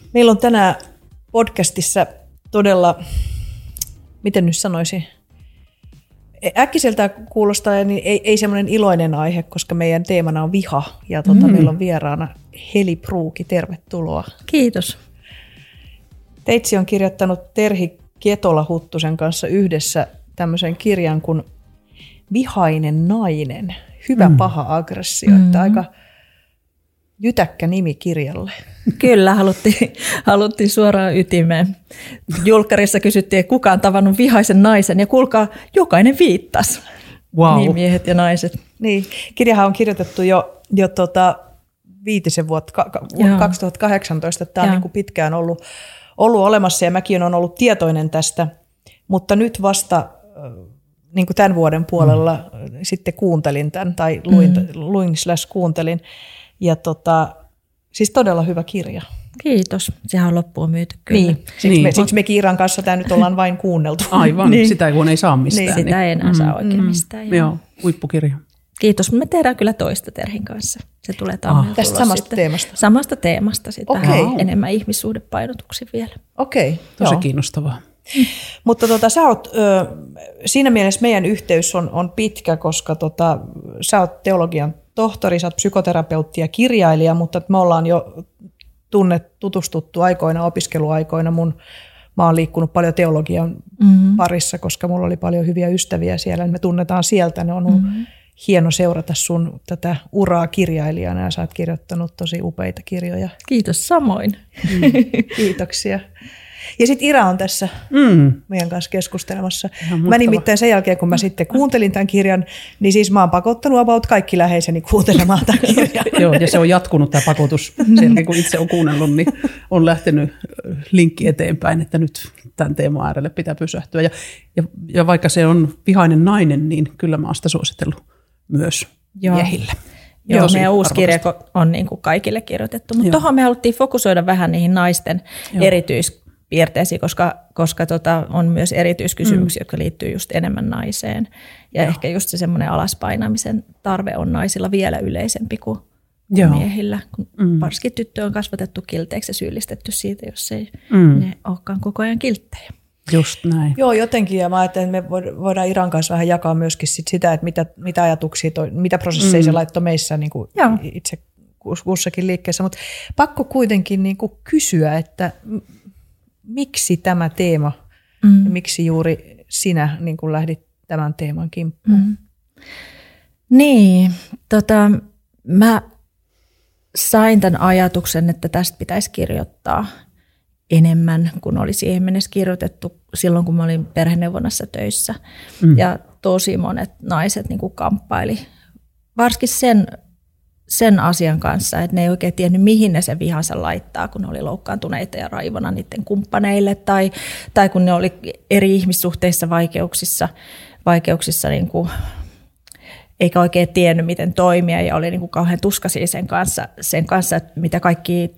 Meillä on tänään podcastissa todella, miten nyt sanoisin, äkkiseltä kuulostaa, niin ei semmoinen iloinen aihe, koska meidän teemana on viha. Ja meillä on vieraana Heli Pruuki, tervetuloa. Kiitos. Teitsi on kirjoittanut Terhi Ketola-Huttusen kanssa yhdessä tämmöisen kirjan kuin Vihainen nainen, hyvä paha aggressio. Että aika jytäkkä nimi kirjalle. Kyllä, haluttiin suoraan ytimeen. Julkkarissa kysyttiin, että kuka on tavannut vihaisen naisen, ja kuulkaa, jokainen viittasi. Wow. Niin miehet ja naiset. Niin, kirjahan on kirjoitettu jo 5 vuotta, 2018. Tämä on niin kuin pitkään ollut olemassa ja mäkin olen ollut tietoinen tästä, mutta nyt vasta niin kuin tämän vuoden puolella sitten kuuntelin tämän tai luin/kuuntelin. Ja siis todella hyvä kirja. Kiitos. Sehän on loppuun myyty kyllä. Niin. Siksi me Kiiran kanssa tämä nyt ollaan vain kuunneltu. Aivan, niin. Sitä kun ei saa mistään. Niin. Sitä ei enää saa oikein mistään. Joo, huippukirja. Kiitos. Me tehdään kyllä toista Terhin kanssa. Se tulee tammella tästä samasta teemasta? Samasta teemasta. Sitten vähän enemmän ihmissuhdepainotuksia vielä. Okei. Tosi kiinnostavaa. Mutta sä oot, siinä mielessä meidän yhteys on pitkä, koska sä oot teologian tohtori, sä oot psykoterapeutti ja kirjailija, mutta me ollaan jo tutustuttu aikoina, opiskeluaikoina. Mä oon liikkunut paljon teologian parissa, koska mulla oli paljon hyviä ystäviä siellä. Me tunnetaan sieltä, ne on ollut hieno seurata sun tätä uraa kirjailijana ja sä oot kirjoittanut tosi upeita kirjoja. Kiitos samoin. Kiitoksia. Ja sitten Ira on tässä meidän kanssa keskustelemassa. Mä nimittäin sen jälkeen, kun mä sitten kuuntelin tämän kirjan, niin siis mä oon pakottanut about kaikki läheiseni kuuntelemaan tämän kirjan. Joo, ja se on jatkunut tämä pakotus. Sen jälkeen, kun itse on kuunnellut, niin on lähtenyt linkki eteenpäin, että nyt tämän teeman äärelle pitää pysähtyä. Ja vaikka se on vihainen nainen, niin kyllä mä oon sitä suositellut myös miehille. Joo, meidän uusi kirja on niin kuin kaikille kirjoitettu, mutta tuohon me haluttiin fokusoida vähän niihin naisten erityispiirteisiin, koska on myös erityiskysymyksiä, jotka liittyy just enemmän naiseen. Ja ehkä just se semmoinen alaspainamisen tarve on naisilla vielä yleisempi kuin miehillä. Varsinkin tyttö on kasvatettu kilteeksi ja syyllistetty siitä, jos ei ne olekaan koko ajan kilttejä. Just näin. Joo, jotenkin. Ja mä ajattelin, että me voidaan Iran kanssa vähän jakaa myöskin sitä, että mitä ajatuksia, mitä prosesseja se laittoi meissä niin kuin itse kussakin liikkeessä. Mutta pakko kuitenkin niin kuin kysyä, että miksi tämä teema ja miksi juuri sinä niin kuin lähdit tämän teeman kimppuun? Niin, mä sain tämän ajatuksen, että tästä pitäisi kirjoittaa enemmän kuin oli siihen mennessä kirjoitettu silloin, kun mä olin perheneuvonnassa töissä. Ja tosi monet naiset niin kuin kamppaili varsinkin sen asian kanssa, että ne ei oikein tiennyt, mihin ne sen vihansa laittaa, kun ne oli loukkaantuneita ja raivona niiden kumppaneille tai kun ne oli eri ihmissuhteissa vaikeuksissa niin kuin, eikä oikein tiennyt, miten toimia ja oli niin kuin kauhean tuskaisia sen kanssa, että mitä kaikkia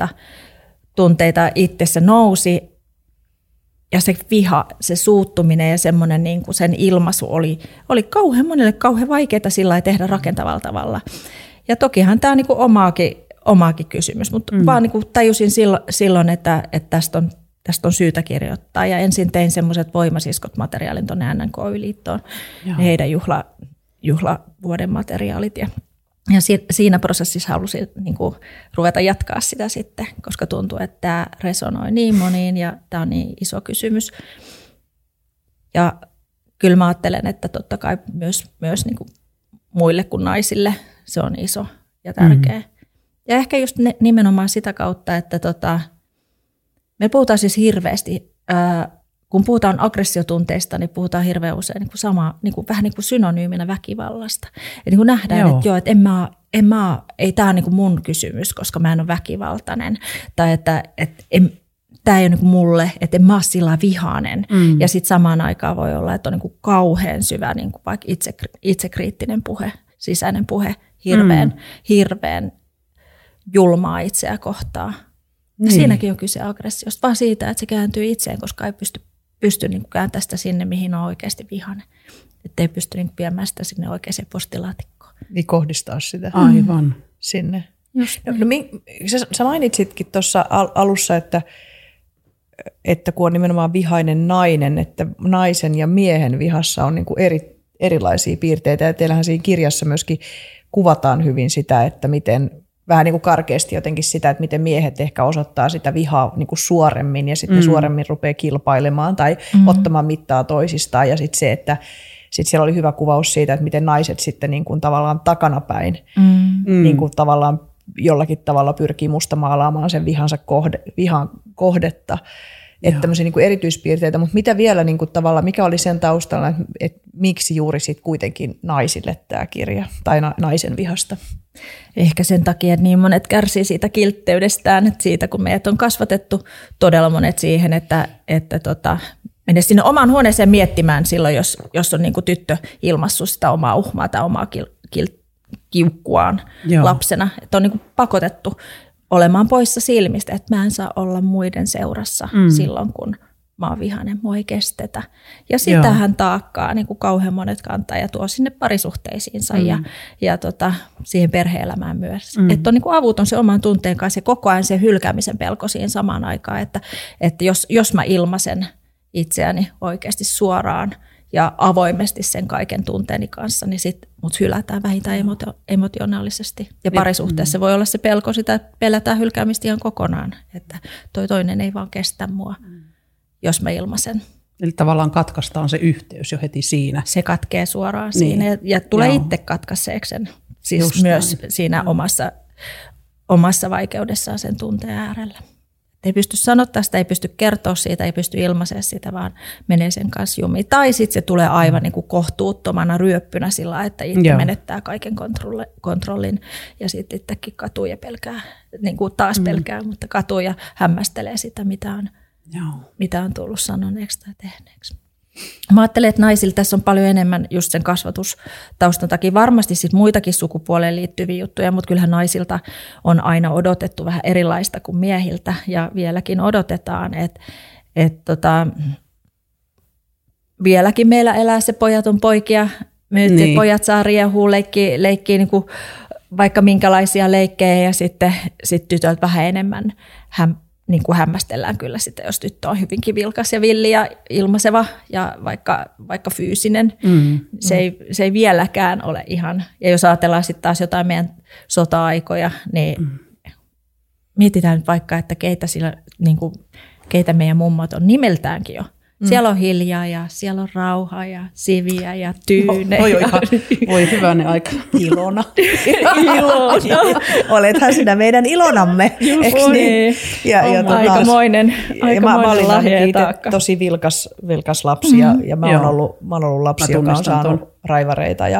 tunteita itsessä nousi. Ja se viha, se suuttuminen ja semmoinen niin kuin sen ilmaisu oli kauhean monelle kauhean vaikeaa sillä lailla tehdä rakentavalla tavalla. Ja tokihan tämä on niin kuin omaakin kysymys, mutta vaan niin kuin tajusin silloin, että tästä on syytä kirjoittaa. Ja ensin tein semmoiset voimasiskot materiaalin tuonne NNKY-liittoon, heidän juhlavuoden materiaalit. Ja siinä prosessissa halusin niin kuin ruveta jatkaa sitä sitten, koska tuntuu, että tämä resonoi niin moniin ja tämä on niin iso kysymys. Ja kyllä mä ajattelen, että totta kai myös niin kuin muille kuin naisille se on iso ja tärkeä. Ja ehkä just nimenomaan sitä kautta, että me puhutaan siis hirveästi, kun puhutaan aggressiotunteista, niin puhutaan hirveän usein niin kuin vähän niin kuin synonyyminä väkivallasta. Ja niin kuin nähdään, että joo, että ei tämä ole niin kuin mun kysymys, koska mä en ole väkivaltainen. Tai että tämä ei ole niin kuin mulle, että en mä ole sillä vihainen. Ja sitten samaan aikaan voi olla, että on niin kuin kauhean syvä niin kuin vaikka itsekriittinen puhe, sisäinen puhe, hirveän julmaa itseä kohtaan. Niin. Siinäkin on kyse aggressiosta, vaan siitä, että se kääntyy itseen, koska ei pysty niin kuin kääntämään sitä sinne, mihin on oikeasti vihainen. Että ei pysty niin kuin viemään sitä sinne oikeaan postilaatikkoon. Niin kohdistaa sitä aivan sinne. Sä mainitsitkin tuossa alussa, että kun on nimenomaan vihainen nainen, että naisen ja miehen vihassa on niin kuin erilaisia piirteitä. Ja teillähän siinä kirjassa myöskin kuvataan hyvin sitä, että miten vähän niin kuin karkeasti jotenkin sitä, että miten miehet ehkä osoittaa sitä vihaa niin kuin suoremmin ja sitten suoremmin rupeaa kilpailemaan tai ottamaan mittaa toisistaan. Ja sitten se, että sitten siellä oli hyvä kuvaus siitä, että miten naiset sitten niin kuin tavallaan takanapäin niin kuin tavallaan jollakin tavalla pyrkii mustamaalaamaan sen vihan kohdetta. Että tämmöisiä niin kuin erityispiirteitä, mutta mitä vielä niin kuin tavallaan, mikä oli sen taustalla, että miksi juuri sitten kuitenkin naisille tämä kirja tai naisen vihasta? Ehkä sen takia, että niin monet kärsii siitä kiltteydestään, että siitä kun meidät on kasvatettu todella monet siihen, että mene sinne omaan huoneeseen miettimään silloin, jos on niin kuin tyttö ilmaissut sitä omaa uhmaa tai omaa kiukkuaan lapsena, että on niin kuin pakotettu olemaan poissa silmistä, että mä en saa olla muiden seurassa silloin, kun mä oon vihainen, mua ei kestetä. Ja sitähän taakkaa niin kuin kauhean monet kantaa ja tuo sinne parisuhteisiinsa ja siihen perhe-elämään myös. Että on niin kuin avuton se oman tunteen kanssa ja koko ajan se hylkäämisen pelko siihen samaan aikaan, että jos mä ilmaisen itseäni oikeasti suoraan ja avoimesti sen kaiken tunteeni kanssa, niin sitten mut hylätään vähintään emotionaalisesti. Ja parisuhteessa voi olla se pelko sitä, että pelätään hylkäämistä ihan kokonaan. Että toi toinen ei vaan kestä mua, jos mä ilmaisen. Eli tavallaan katkaistaan se yhteys jo heti siinä. Se katkee suoraan siinä ja tulee itse katkaiseeksi sen. Siis just myös siinä omassa vaikeudessaan sen tunteen äärellä. Ei pysty sanottamaan sitä, ei pysty kertoa siitä, ei pysty ilmaisemaan sitä, vaan menee sen kanssa jumiin. Tai sitten se tulee aivan niin kuin kohtuuttomana ryöppynä sillä, että itse menettää kaiken kontrollin ja sitten itsekin katuu ja pelkää, niin kuin taas pelkää, mutta katuu ja hämmästelee sitä, mitä on tullut sanoneeksi tai tehneeksi. Mä ajattelen, että naisilla tässä on paljon enemmän just sen kasvatustaustan takia. Varmasti sit muitakin sukupuoleen liittyviä juttuja, mutta kyllähän naisilta on aina odotettu vähän erilaista kuin miehiltä. Ja vieläkin odotetaan, että vieläkin meillä elää se pojat on poikia. Niin. Pojat saa riehua, leikkii niin kuin vaikka minkälaisia leikkejä ja sitten tytöt vähän enemmän niin kuin hämmästellään kyllä sitä, jos tyttö on hyvinkin vilkas ja villi ja ilmaiseva ja vaikka fyysinen. Se ei vieläkään ole ihan. Ja jos ajatellaan sitten taas jotain meidän sota-aikoja, niin mietitään nyt vaikka, että keitä meidän mummot on nimeltäänkin jo. Siellä on hiljaa ja siellä on rauha ja siviä ja tyyne. Voi hyvänen aika. Ilona. Olethan sinä meidän Ilonamme. Niin? Aikamoinen lahja ja taakka. Tosi vilkas lapsi ja mä oon ollut lapsi, joka on saanut raivareita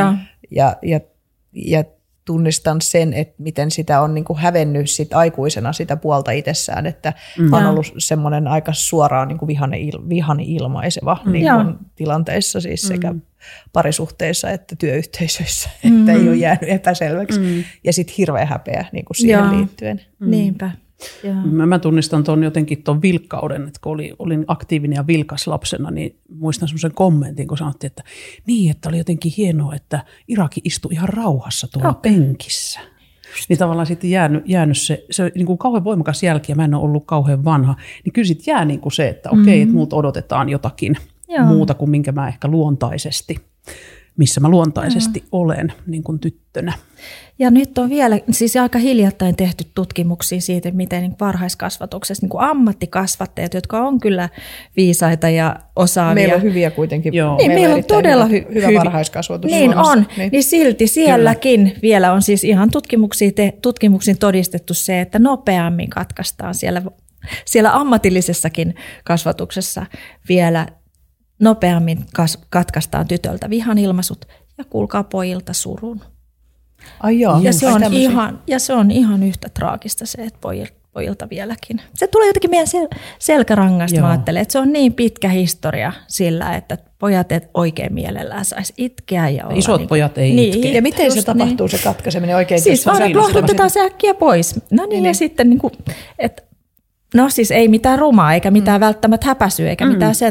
ja tunnistan sen, että miten sitä on niin kuin hävennyt sit aikuisena sitä puolta itsessään, että on ollut semmoinen aika suoraan niin kuin vihani ilmaiseva niin kuin tilanteissa siis sekä parisuhteissa että työyhteisöissä, että ei ole jäänyt epäselväksi. Ja sitten hirveä häpeä niin kuin siihen liittyen. Niinpä. Mä tunnistan jotenkin tuon vilkkauden, että kun olin aktiivinen ja vilkas lapsena, niin muistan semmoisen kommentin, kun sanottiin, että oli jotenkin hienoa, että Iraki istui ihan rauhassa tuolla penkissä. Niin tavallaan sitten jäänyt se niin kuin kauhean voimakas jälki, ja mä en ole ollut kauhean vanha, niin kyllä sitten jää niin kuin se, että okei, että multa odotetaan jotakin muuta kuin minkä mä ehkä missä mä luontaisesti olen niin kuin tyttönä. Ja nyt on vielä siis aika hiljattain tehty tutkimuksia siitä, miten varhaiskasvatuksessa niin ammattikasvattajat, jotka on kyllä viisaita ja osaavia. Meillä on hyviä kuitenkin. Niin, meillä on todella hyvä varhaiskasvatus. Niin Suomessa. On, niin silti sielläkin vielä on siis ihan tutkimuksin todistettu se, että nopeammin katkaistaan siellä ammatillisessakin kasvatuksessa vielä nopeammin katkaistaan tytöltä vihan ilmaisut ja kuulkaa pojilta surun. Ai joo, ja se on ihan yhtä traagista se, että pojilta vieläkin. Se tulee jotenkin meidän selkärangasta, mä ajattelen, että se on niin pitkä historia sillä, että pojat et oikein mielellään saisi itkeä. Ja olla isot pojat ei itke. Ja miten se tapahtuu se katkaiseminen oikein? Siis vaan lohdutetaan se äkkiä pois. No niin, ja sitten niin kuin, että no siis ei mitään rumaa, eikä mitään välttämättä häpäisyä, eikä mitään sen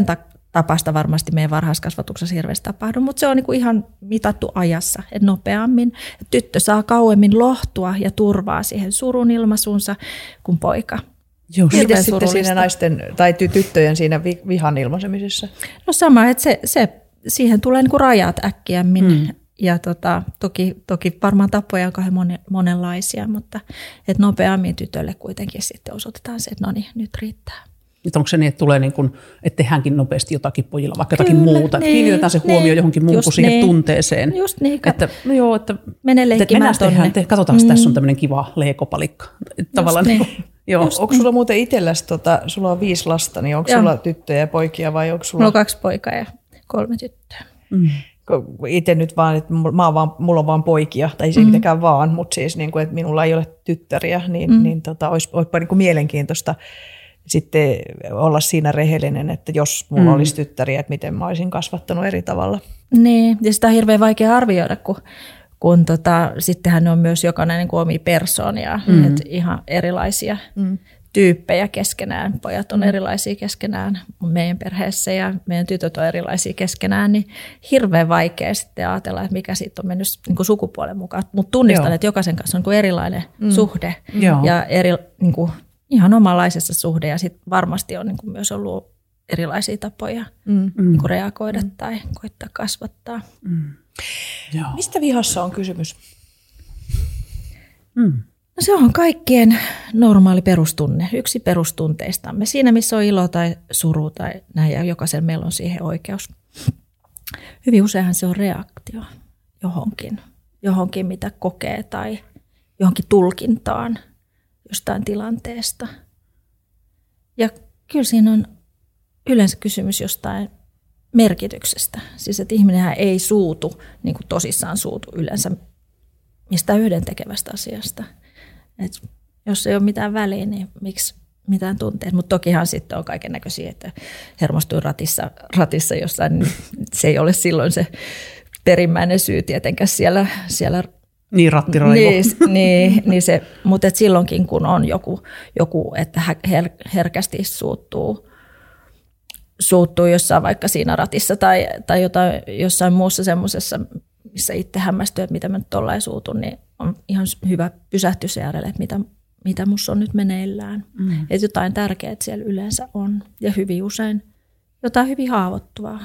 tapasta varmasti meidän varhaiskasvatuksessa hirveästi tapahdu, mutta se on niin kuin ihan mitattu ajassa, että nopeammin. Tyttö saa kauemmin lohtua ja turvaa siihen surun ilmaisuunsa kuin poika. Miten sitten siinä naisten tai tyttöjen siinä vihan ilmaisemisessa? No sama, että siihen tulee niin kuin rajat äkkiämmin. Ja toki varmaan tapoja on kauhean monenlaisia, mutta että nopeammin tytölle kuitenkin sitten osoitetaan se, että no niin, nyt riittää. Nyt onko se niin, että tulee niin kuin, että tehdäänkin nopeasti jotakin pojilla, vaikka jotakin muuta, että kiinnitetään se huomio johonkin muuhun kuin siihen tunteeseen. Just niin. Että, no joo, että mene leikkimään tonne. Katsotaan, tässä on tämmöinen kiva leekopalikka. Tavallaan niin. Joo. Onko sulla muuten itselläsi, sulla on 5 lasta, niin onko sulla tyttöjä ja poikia vai onko sulla? Mulla on 2 poikaa ja 3 tyttöä. Itse nyt vaan, että mulla on vaan poikia, tai ei mitenkään vaan, mutta siis niin kuin, että minulla ei ole tyttäriä, niin olisipa niin kuin mielenkiintoista sitten olla siinä rehellinen, että jos mulla olisi tyttäriä, että miten mä olisin kasvattanut eri tavalla. Niin, ja sitä on hirveän vaikea arvioida, kun sittenhän ne on myös jokainen niin kuin omia persoonia, että ihan erilaisia tyyppejä keskenään. Pojat on erilaisia keskenään meidän perheessä ja meidän tytöt on erilaisia keskenään, niin hirveän vaikea sitten ajatella, että mikä siitä on mennyt niin kuin sukupuolen mukaan. Mutta tunnistan, että jokaisen kanssa on niin kuin erilainen suhde ja niin kuin ihan omanlaisessa suhde ja sitten varmasti on niin kuin myös ollut erilaisia tapoja niin kuin reagoida tai koittaa kasvattaa. Mistä vihassa on kysymys? No se on kaikkien normaali perustunne, yksi perustunteistamme. Siinä, missä on ilo tai suru tai näin, ja jokaisella meillä on siihen oikeus. Hyvin useinhan se on reaktio johonkin mitä kokee tai johonkin tulkintaan jostain tilanteesta. Ja kyllä siinä on yleensä kysymys jostain merkityksestä. Siis että ihminenhän ei suutu, niin kuin tosissaan suutu yleensä mistään yhdentekevästä asiasta. Et jos ei ole mitään väliä, niin miksi mitään tunteita? Mutta tokihan sitten on kaiken näköisiä, että hermostui ratissa jossain, niin se ei ole silloin se perimmäinen syy tietenkään siellä niin, rattiraivo. Niin se, mutta et silloinkin, kun on joku että herkästi suuttuu jossain vaikka siinä ratissa tai jossain muussa semmoisessa, missä itse hämmästyy, että mitä mä nyt tollain suutun, niin on ihan hyvä pysähtyä se äärelle, että mitä musta on nyt meneillään. Että jotain tärkeää siellä yleensä on ja hyvin usein jotain hyvin haavoittuvaa.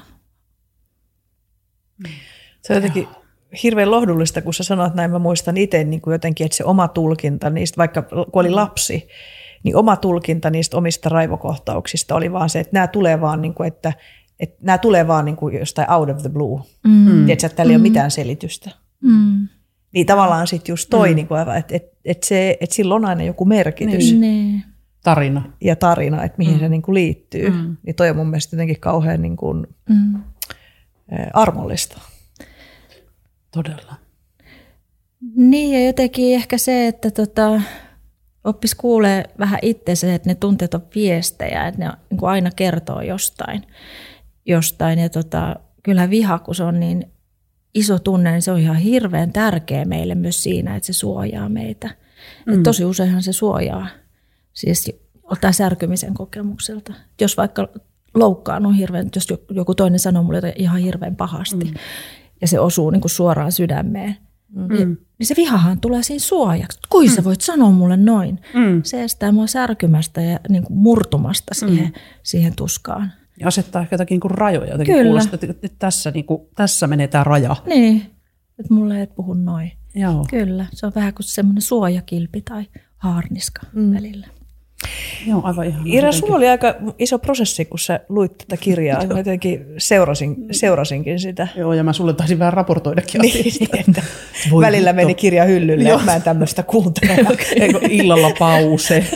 Se on jotenkin hirveän lohdullista, kun sä sanot näin, mä muistan itse niin kuin jotenkin, että se oma tulkinta niistä, vaikka kun oli lapsi, niin oma tulkinta niistä omista raivokohtauksista oli vaan se, että nämä tulee vaan, niin kuin, että nämä tulee vaan niin kuin jostain out of the blue. Tiedätkö, että tällä ei ole mitään selitystä. Niin tavallaan sitten just toi, niin kuin, että sillä on aina joku merkitys. Tarina. Ja tarina, että mihin se niin kuin liittyy. Niin toi on mun mielestä jotenkin kauhean niin kuin, armollista. Todella. Niin ja jotenkin ehkä se, että oppisi kuulee vähän itse se, että ne tunteet on viestejä, että ne niin kuin aina kertoo jostain. Ja kyllähän viha, kun se on niin iso tunne, niin se on ihan hirveän tärkeä meille myös siinä, että se suojaa meitä. Et tosi useinhan se suojaa, siis ottaa särkymisen kokemukselta. Jos vaikka loukkaan on hirveän, jos joku toinen sanoo mulle ihan hirveän pahasti ja se osuu niin kuin suoraan sydämeen, niin se vihahan tulee siinä suojaksi. Kui sä voit sanoa mulle noin? Se estää mua särkymästä ja niin kuin murtumasta siihen tuskaan. Ja asettaa ehkä jotakin niin rajoja. Jotenkin kuulostaa, että tässä menee tämä raja. Niin, että mulle et puhu noin. Joo. Kyllä, se on vähän kuin semmoinen suojakilpi tai haarniska välillä. Joo, aivan ihan. Ira, sulla oli aika iso prosessi, kun sä luit tätä kirjaa. Mä jotenkin seurasinkin sitä. Joo, ja mä sulle taisin vähän raportoidakin että välillä meni kirja hyllylle, että mä en tämmöistä kuuntele. Illalla pause.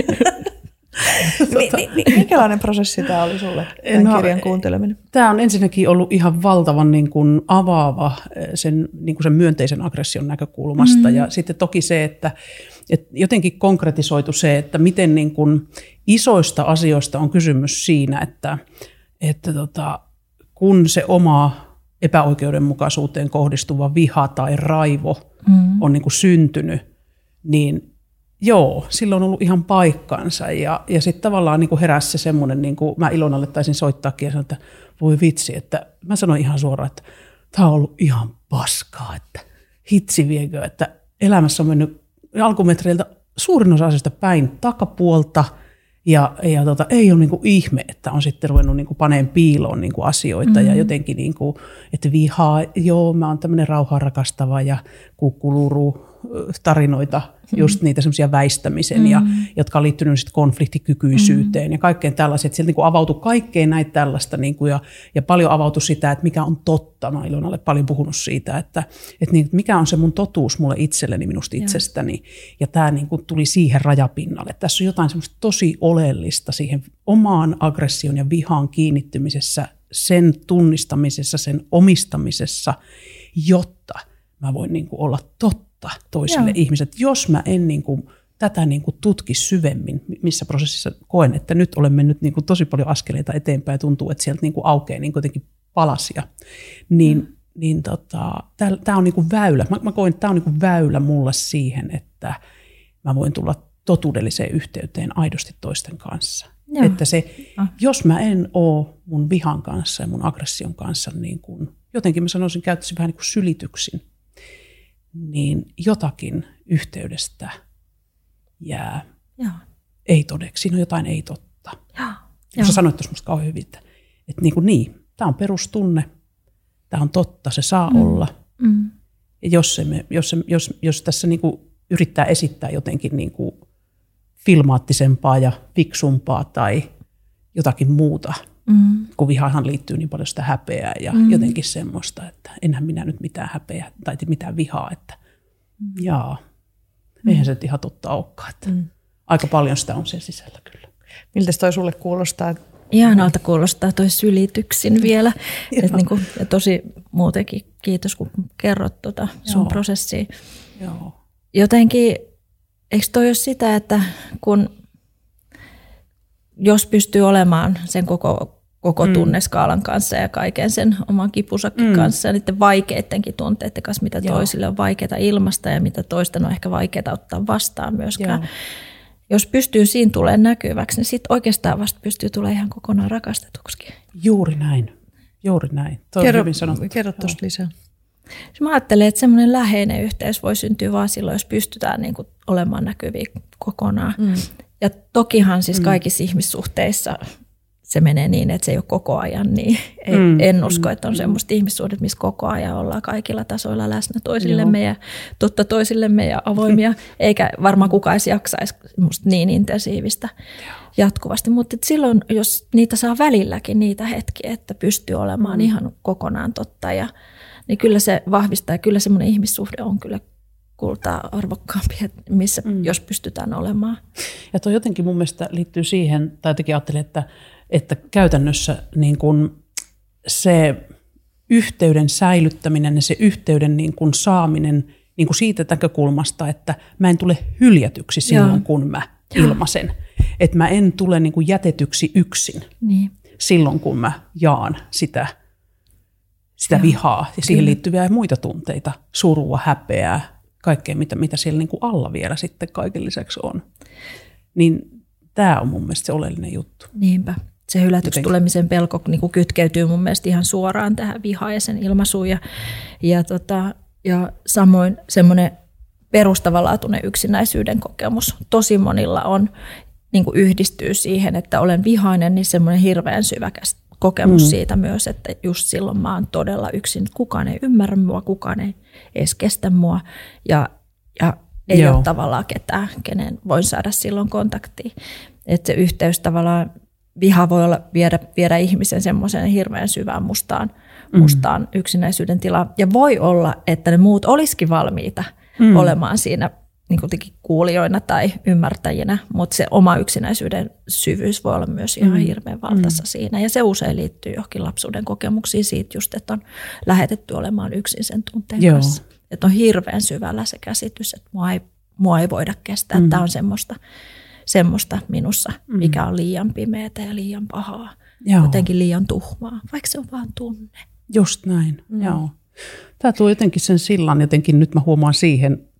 Minkälainen prosessi tämä oli sulle, tämän kirjan kuunteleminen? Tämä on ensinnäkin ollut ihan valtavan niin kuin avaava sen myönteisen aggression näkökulmasta. Ja sitten toki se, että jotenkin konkretisoitu se, että miten niin kuin isoista asioista on kysymys siinä, että kun se oma epäoikeudenmukaisuuteen kohdistuva viha tai raivo on niin kuin syntynyt, niin Joo, silloin on ollut ihan paikkansa ja sitten tavallaan niin kuin heräsi se semmoinen, niin kuin mä Ilonalle taisin soittaakin ja sanoin, että voi vitsi, että mä sanoin ihan suoraan, että tämä on ollut ihan paskaa, että hitsi viekö, että elämässä on mennyt alkumetreiltä suurin osa asioista päin takapuolta ja ei ole niin kuin ihme, että on sitten ruvennut niin kuin paneen piiloon niin kuin asioita ja jotenkin, niin kuin, että vihaa, joo mä oon tämmöinen rauhaa rakastava ja kukkuluru tarinoita, just niitä semmoisia väistämisen, jotka on liittynyt sitten konfliktikykyisyyteen ja kaikkeen tällaiset. Sieltä niin kuin avautui kaikkeen näitä tällaista niin kuin, ja paljon avautui sitä, että mikä on totta. Mä Ilonalle paljon puhunut siitä, että mikä on se mun totuus mulle itselleni minusta itsestäni. Ja tämä niin kuin tuli siihen rajapinnalle. Tässä on jotain semmoista tosi oleellista siihen omaan aggression ja vihaan kiinnittymisessä, sen tunnistamisessa, sen omistamisessa, jotta mä voin niin kuin olla totta toisille ihmisille. Jos mä en niin kuin, tätä niin kuin tutki syvemmin, missä prosessissa koen, että nyt olen mennyt niin kuin tosi paljon askeleita eteenpäin ja tuntuu, että sieltä niin kuin aukeaa niin jotenkin palasia, niin tämä on niin kuin väylä. Mä koen, että tämä on niin kuin väylä mulle siihen, että mä voin tulla totuudelliseen yhteyteen aidosti toisten kanssa. Joo. Että se, jos mä en ole mun vihan kanssa ja mun aggression kanssa, niin kuin, jotenkin mä sanoisin, käyttäisin vähän niin kuin sylityksin, niin jotakin yhteydestä jää ei todeksi. Siinä on jotain ei totta. Sä sanoit tuossa musta kauhean hyvin, että tämä on perustunne, tämä on totta, se saa olla. Ja jos tässä niin kuin yrittää esittää jotenkin niin kuin filmaattisempaa ja fiksumpaa tai jotakin muuta, kun vihahan liittyy niin paljon sitä häpeää ja jotenkin semmoista, että enhän minä nyt mitään häpeää tai mitään vihaa, että eihän se nyt ihan totta olekaan, että aika paljon sitä on sen sisällä kyllä. Miltä toi sulle kuulostaa? Ihanalta kuulostaa toi sylityksin vielä, että niin kuin, ja tosi muutenkin kiitos kun kerrot sun prosessia. Joo. Jotenkin, eikö toi ole sitä, että jos pystyy olemaan sen koko tunneskaalan kanssa ja kaiken sen oman kipusakin kanssa ja niiden vaikeidenkin tunteiden kanssa, mitä toisille on vaikeaa ilmaista ja mitä toisten on ehkä vaikeaa ottaa vastaan myöskään. Joo. Jos pystyy siinä tulemaan näkyväksi, niin sitten oikeastaan vasta pystyy tulemaan ihan kokonaan rakastetuksikin. Juuri näin. Toi on hyvin sanottu. Kerro tuosta lisää. Mä ajattelen, että semmoinen läheinen yhteys voi syntyä vaan silloin, jos pystytään niin kuin olemaan näkyviä kokonaan. Ja tokihan siis kaikissa ihmissuhteissa se menee niin, että se ei ole koko ajan niin. En usko, että on semmoista ihmissuhdet, missä koko ajan ollaan kaikilla tasoilla läsnä toisillemme ja totta toisillemme ja avoimia. Eikä varmaan kukaan edes jaksaisi musta niin intensiivistä jatkuvasti. Mutta silloin, jos niitä saa välilläkin niitä hetkiä, että pystyy olemaan ihan kokonaan totta, niin kyllä se vahvistaa ja kyllä semmoinen ihmissuhde on kyllä kultaa arvokkaampi, missä jos pystytään olemaan. Ja toi jotenkin mun mielestä liittyy siihen, tai jotenkin ajattelen, että käytännössä niin kun se yhteyden säilyttäminen ja se yhteyden niin kun saaminen niin kun siitä näkökulmasta, että mä en tule hyljätyksi silloin, kun mä ilmaisen. Että mä en tule niin kun jätetyksi yksin silloin, kun mä jaan sitä vihaa ja siihen liittyviä muita tunteita, surua, häpeää, kaikkea mitä siellä niin kuin alla vielä sitten kaiken lisäksi on. Niin tämä on mun mielestä se oleellinen juttu. Niinpä. Se hylätyksi tulemisen pelko niin kuin kytkeytyy mun mielestä ihan suoraan tähän vihaan ja sen ilmaisuun. Ja samoin semmoinen perustavanlaatuinen yksinäisyyden kokemus. Tosi monilla on, niin kuin yhdistyy siihen, että olen vihainen, niin semmoinen hirveän syvä kokemus siitä myös, että just silloin mä oon todella yksin. Kukaan ei ymmärrä mua, kukaan ei edes kestä mua ja ei ole tavallaan ketään, kenen voin saada silloin kontaktiin. Että se yhteys tavallaan, viha voi olla viedä ihmisen semmoiseen hirveän syvään mustaan yksinäisyyden tilaan. Ja voi olla, että ne muut olisikin valmiita olemaan siinä niin kuin kuulijoina tai ymmärtäjinä, mutta se oma yksinäisyyden syvyys voi olla myös ihan hirveän valtaissa siinä. Ja se usein liittyy johonkin lapsuuden kokemuksiin siitä just, että on lähetetty olemaan yksin sen tunteen kanssa. Että on hirveän syvällä se käsitys, että mua ei voida kestää. Tämä on semmoista minussa, mikä on liian pimeätä ja liian pahaa. Jotenkin liian tuhmaa, vaikka se on vaan tunne. Just näin, joo. Tämä tuo jotenkin sen sillan, jotenkin nyt mä huomaan siihen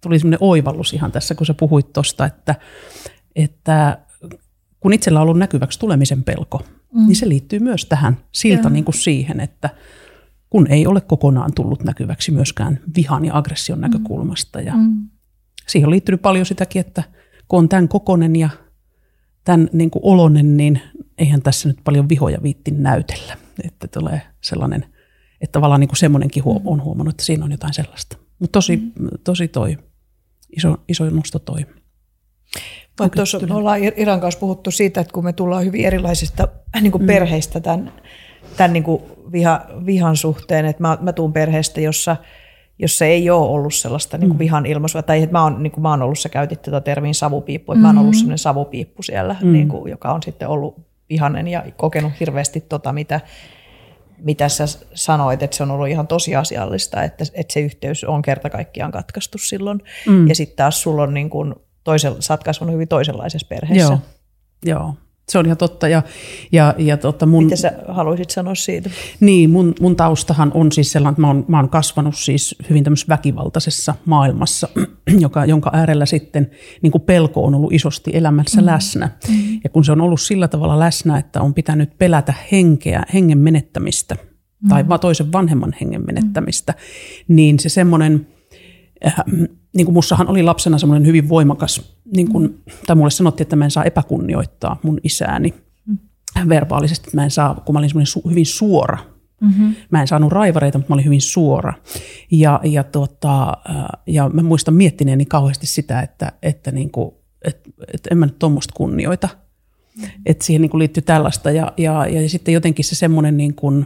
tuli semmoinen oivallus ihan tässä, kun sä puhuit tuosta, että kun itsellä on ollut näkyväksi tulemisen pelko, niin se liittyy myös tähän silta niin kuin siihen, että kun ei ole kokonaan tullut näkyväksi myöskään vihan ja aggression näkökulmasta. Ja siihen on liittynyt paljon sitäkin, että kun on tämän kokoinen ja tämän niin kuin oloinen, niin eihän tässä nyt paljon vihoja viitti näytellä. Että tulee sellainen, että tavallaan niin kuin semmoinenkin on huomannut, että siinä on jotain sellaista. Mutta tosi toi, iso nosto toi. Tuossa me ollaan Iran kanssa puhuttu siitä, että kun me tullaan hyvin erilaisista niin kuin perheistä tämän niin kuin vihan suhteen, että mä tuun perheestä, jossa ei ole ollut sellaista niin kuin vihan ilmaisua, tai että mä oon ollut, sä käytit tätä termiin savupiippu, että mä oon ollut sellainen savupiippu siellä, niin kuin, joka on sitten ollut vihainen ja kokenut hirveästi mitä sä sanoit, että se on ollut ihan tosiasiallista, että se yhteys on kerta kaikkiaan katkaistu silloin, ja sitten taas sulla on niin kuin sä oot kasvanut hyvin toisenlaisessa perheessä. Joo. Se on ihan totta. Mitä sä haluaisit sanoa siitä? Niin, mun taustahan on siis sellainen, että mä oon kasvanut siis hyvin tämmöisessä väkivaltaisessa maailmassa, jonka äärellä sitten niin kuin pelko on ollut isosti elämässä läsnä. Ja kun se on ollut sillä tavalla läsnä, että on pitänyt pelätä hengen menettämistä tai toisen vanhemman hengen menettämistä, niin se semmoinen, niin kuin mussahan oli lapsena semmoinen hyvin voimakas, niin kuin, tai mulle sanottiin, että mä en saa epäkunnioittaa mun isääni verbaalisesti, että mä en saa, kun mä olin semmoinen hyvin suora. Mä en saanut raivareita, mutta mä olin hyvin suora. Ja mä muistan miettineeni kauheasti sitä, että en mä nyt tuommoista kunnioita. Että siihen niin kuin liittyy tällaista. Ja sitten jotenkin se semmoinen, niin kuin,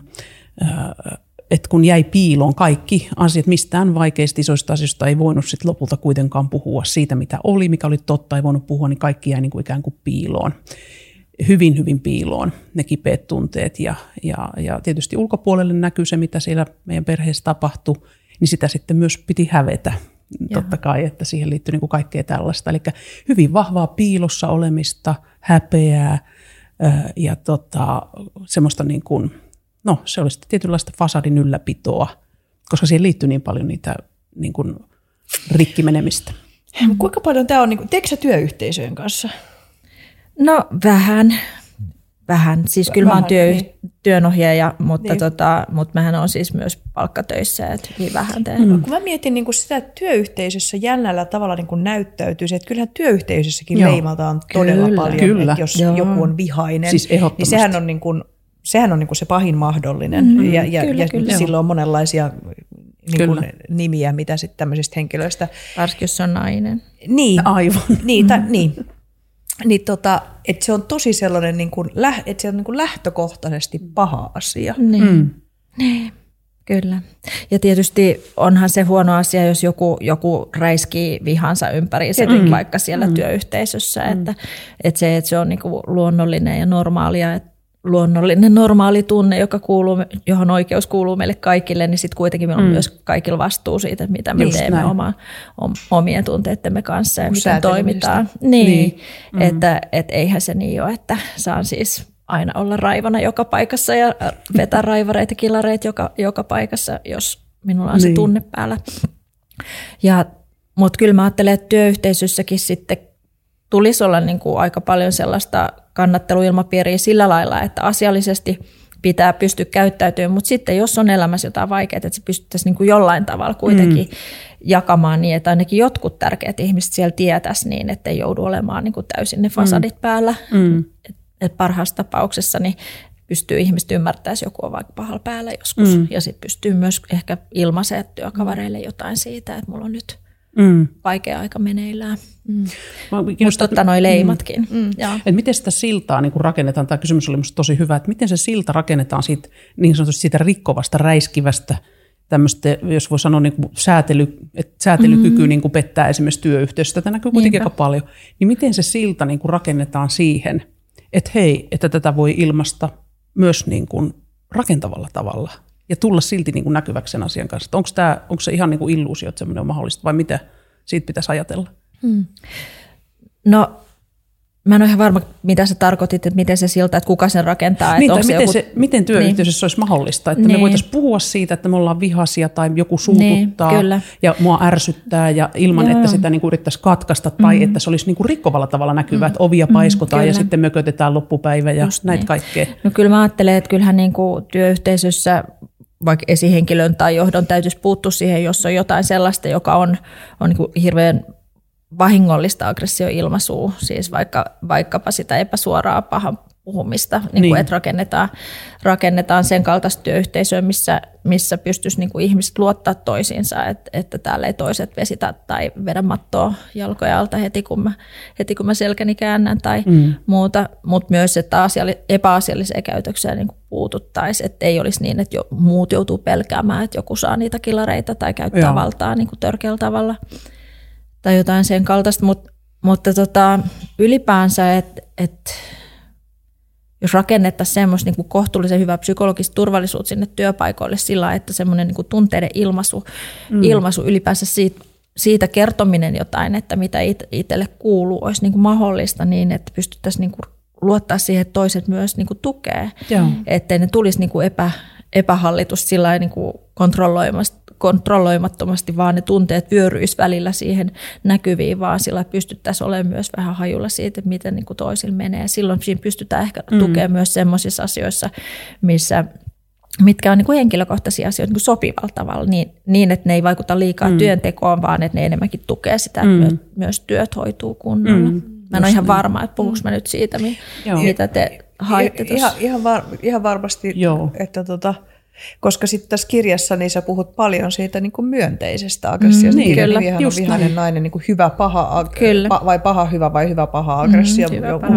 että kun jäi piiloon kaikki asiat, mistään vaikeista isoista asioista ei voinut sit lopulta kuitenkaan puhua siitä, mitä oli, mikä oli totta, ei voinut puhua, niin kaikki jäi niin kuin ikään kuin piiloon. Hyvin, hyvin piiloon ne kipeät tunteet ja tietysti ulkopuolelle näkyy se, mitä siellä meidän perheessä tapahtui, niin sitä sitten myös piti hävetä. Totta kai, että siihen liittyy niin kuin kaikkea tällaista. Eli hyvin vahvaa piilossa olemista, häpeää ja semmoista niin kuin, no se oli sitten tietynlaista fasadin ylläpitoa, koska siihen liittyy niin paljon niitä niin kuin rikkimenemistä. Kuinka paljon tämä on, niin kuin, teetkö sä työyhteisöjen kanssa? No vähän. Siis kyllä mä oon työnohjaaja, mutta, mutta mähän on siis myös palkkatöissä, että hyvin vähän teen. Kun mä mietin niin kuin sitä, että työyhteisössä jännällä tavalla niin kuin näyttäytyy se, että kyllähän työyhteisössäkin leimataan todella paljon, että jos joku on vihainen, siis niin sehän on niin kuin se pahin mahdollinen. Ja silloin on monenlaisia niin kuin nimiä, mitä sitten tämmöisistä henkilöistä. Varsinkin jos se on nainen. Niin, aivan. Niin, että se on tosi sellainen, että se on niin kuin lähtökohtaisesti paha asia. Niin, kyllä. Ja tietysti onhan se huono asia, jos joku räiskii vihansa ympäriinsä vaikka siellä työyhteisössä. Että se on niin kuin luonnollinen ja normaalia, normaali tunne, johon oikeus kuuluu meille kaikille, niin sitten kuitenkin meillä on myös kaikilla vastuu siitä, mitä me teemme omien tunteittemme kanssa ja miten toimitaan. Niin. Että eihän se niin ole, että saan siis aina olla raivana joka paikassa ja vetää raivareita, kilareita joka paikassa, jos minulla on se tunne päällä. Mutta kyllä mä ajattelen, että työyhteisössäkin sitten tulisi olla niin kuin aika paljon sellaista kannatteluilmapiiriä sillä lailla, että asiallisesti pitää pystyä käyttäytymään, mutta sitten jos on elämässä jotain vaikeaa, että se pystyttäisiin niin kuin jollain tavalla kuitenkin jakamaan niin, että ainakin jotkut tärkeät ihmiset siellä tietäisi niin, että ei joudu olemaan niin kuin täysin ne fasadit päällä. Et parhaassa tapauksessa niin pystyy ihmiset ymmärtämään, jos joku on vaikka pahalla päällä joskus. Ja sitten pystyy myös ehkä ilmaisemaan työkavereille jotain siitä, että mulla on nyt vaikea aika meneillään. Mutta noi leimatkin. Et miten sitä siltaa niin kun rakennetaan, tämä kysymys oli minusta tosi hyvä, että miten se silta rakennetaan siitä, niin sanotusti siitä rikkovasta, räiskivästä, tämmöistä, jos voi sanoa, niin kuin säätelykyky niin kuin pettää esimerkiksi työyhteisöstä, tätä näkyy kuitenkin aika paljon, niin miten se silta niin kuin rakennetaan siihen, että hei, että tätä voi ilmaista myös niin kuin rakentavalla tavalla ja tulla silti niin kuin näkyväksi sen asian kanssa. Onko se ihan niin kuin illuusio, että semmoinen on mahdollista vai mitä siitä pitäisi ajatella? No mä en ole ihan varma, mitä sä tarkoitit, että miten se siltä, että kuka sen rakentaa. Niin, että miten työyhteisössä olisi mahdollista, että me voitaisiin puhua siitä, että me ollaan vihaisia tai joku suututtaa ja mua ärsyttää ja ilman, että sitä niin kuin yrittäisi katkaista tai että se olisi niin kuin rikkovalla tavalla näkyvää, että ovia paiskotaan ja sitten mökötetään loppupäivä ja näitä kaikkea. No kyllä mä ajattelen, että kyllähän niin kuin työyhteisössä vaikka esihenkilön tai johdon täytyisi puuttua siihen, jos on jotain sellaista, joka on niin kuin hirveän vahingollista aggressioilmaisua, siis vaikkapa sitä epäsuoraa pahan puhumista, niin kuin, että rakennetaan sen kaltaista työyhteisöä, missä pystyisi niin kuin ihmiset luottaa toisiinsa, että täällä ei toiset vesitä tai vedä mattoa jalkoja alta heti, kun mä selkäni käännän tai muuta, mutta myös, että epäasialliseen käytökseen niin kuin puututtaisiin, että ei olisi niin, että muut joutuu pelkäämään, että joku saa niitä kilareita tai käyttää valtaa niin kuin törkeällä tavalla tai jotain sen kaltaista, mutta ylipäänsä, että jos rakennettaisiin semmoista niin kuin kohtuullisen hyvää psykologista turvallisuutta sinne työpaikoille sillä, että semmoinen niin kuin tunteiden ilmaisu ylipäänsä siitä kertominen jotain, että mitä itselle kuuluu, olisi niin kuin mahdollista niin, että pystyttäisiin niin kuin luottaa siihen, että toiset myös niin kuin tukee, ettei ne tulisi niin kuin epähallitusta sillä niin kuin kontrolloimattomasti, vaan ne tunteet vyöryisi välillä siihen näkyviin, vaan sillä pystyttäisiin olemaan myös vähän hajulla siitä, että miten niin kuin toisilla menee. Silloin siinä pystytään ehkä tukemaan myös sellaisissa asioissa, mitkä on niin kuin henkilökohtaisia asioita niin kuin sopivalla tavalla, niin, että ne ei vaikuta liikaa työntekoon, vaan että ne enemmänkin tukee sitä, että myös työt hoituu kunnolla. Mä en ole ihan varma, että puhuinko mä nyt siitä, mitä te haitte tuossa. Ihan varmasti, että koska sitten tässä kirjassa niin sä puhut paljon siitä niin kuin myönteisestä aggressiosta. Kyllä, vihainen nainen, niin kuin hyvä, paha, vai paha, hyvä vai hyvä, paha aggressio.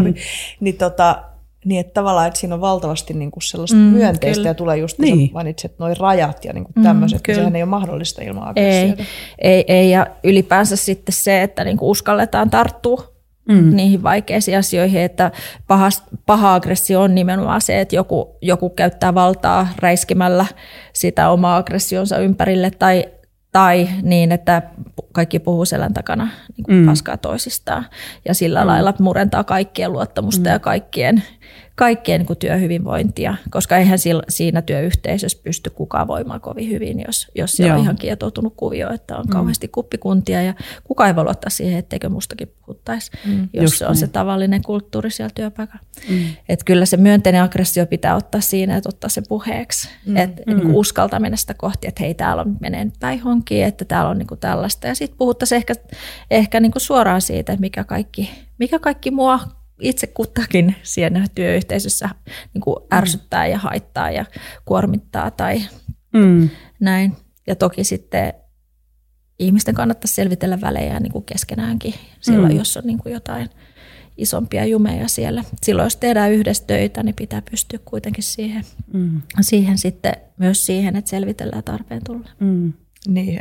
Niin, että tavallaan, että siinä on valtavasti niin kuin sellaista myönteistä ja tulee just, kun sä mainitset noi rajat ja niin kuin tämmöiset, niin sehän ei ole mahdollista ilman aggressiota. Ei, ja ylipäänsä sitten se, että niin kuin uskalletaan tarttua niihin vaikeisiin asioihin, että paha aggressio on nimenomaan se, että joku käyttää valtaa räiskimällä sitä omaa aggressionsa ympärille tai niin, että kaikki puhuu selän takana niin kuin paskaa toisistaan ja sillä lailla murentaa kaikkien luottamusta ja kaikkien niin kuin työhyvinvointia, koska eihän siinä työyhteisössä pysty kukaan voimaan kovin hyvin, jos siellä on ihan kietoutunut kuvio, että on kauheasti kuppikuntia ja kukaan ei voi luottaa siihen, etteikö mustakin puhuttaisi, jos se on se tavallinen kulttuuri siellä työpaikalla. Että kyllä se myönteinen aggressio pitää ottaa siinä, että ottaa se puheeksi, että niin kuin uskaltaa mennä sitä kohti, että hei, täällä on menee päin honkiin, että täällä on niin kuin tällaista ja sitten puhuttaisiin ehkä niin kuin suoraan siitä, että mikä kaikki mua itse kuttakin siinä työyhteisössä niin kuin ärsyttää ja haittaa ja kuormittaa tai näin. Ja toki sitten ihmisten kannattaisi selvitellä välejä niin kuin keskenäänkin silloin, jos on niin kuin jotain isompia jumeja siellä. Silloin, jos tehdään yhdessä töitä, niin pitää pystyä kuitenkin siihen sitten myös siihen, että selvitellään tarpeen tulla. Niin,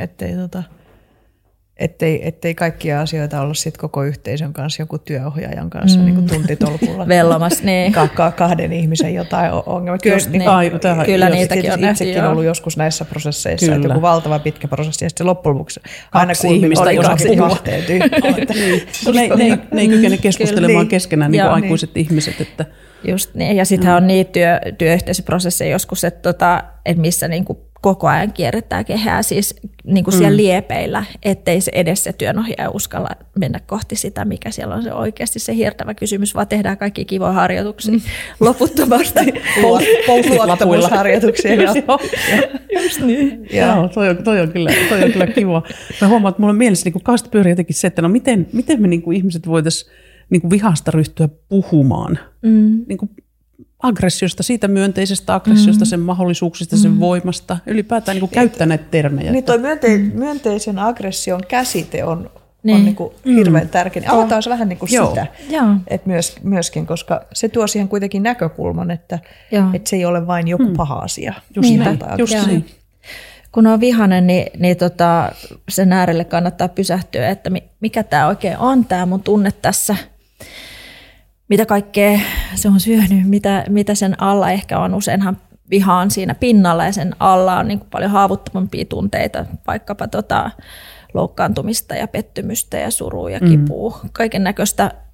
ettei kaikkia asioita olla sit koko yhteisön kanssa, joku työohjaajan kanssa niin kuin tuntitolkulla. Vellomas, niin. Kahden ihmisen jotain ongelmaa. Kyllä niitäkin on nähty. Itsekin ollut joskus näissä prosesseissa, että joku valtava pitkä prosessi ja sitten loppujen lopuksi aina ihmistä oli kahteen tyyppiin. Ne ei kykene keskustelemaan keskenään niin kuin aikuiset ihmiset. Että just niin, ja sittenhän on niitä työyhteisöprosesseja joskus, että missä niin kuin koko ajan kierretään kehää siis niin kuin siellä liepeillä, ettei se edes se työnohjaaja uskalla mennä kohti sitä, mikä siellä on se oikeasti se hiertävä kysymys, vaan tehdään kaikki kivoja harjoituksia loputtomasti. Luottamusharjoituksia. Just niin. Joo, toi on kyllä kiva. Mä huomaan, että mulla on mielessä niin kaasti pyörii jotenkin se, että no miten me niin kuin ihmiset voitaisiin niin kuin vihasta ryhtyä puhumaan. Niin kuin aggressiosta, siitä myönteisestä aggressiosta, sen mahdollisuuksista, sen voimasta, ylipäätään niin kuin käyttää näitä termejä. Niin toi myönteisen aggression käsite on niin kuin hirveän tärkeä. Avataan se vähän niin kuin sitä, että myöskin, koska se tuo siihen kuitenkin näkökulman, että se ei ole vain joku paha asia. Just niin. Kun on vihainen, niin sen äärelle kannattaa pysähtyä, että mikä tämä oikein on, tämä mun tunne tässä. Mitä kaikkea se on syönyt, mitä sen alla ehkä on. Useinhan viha on siinä pinnalla ja sen alla on niin kuin paljon haavoittavampia tunteita, vaikkapa loukkaantumista ja pettymystä ja surua ja kipua. Kaiken näköistä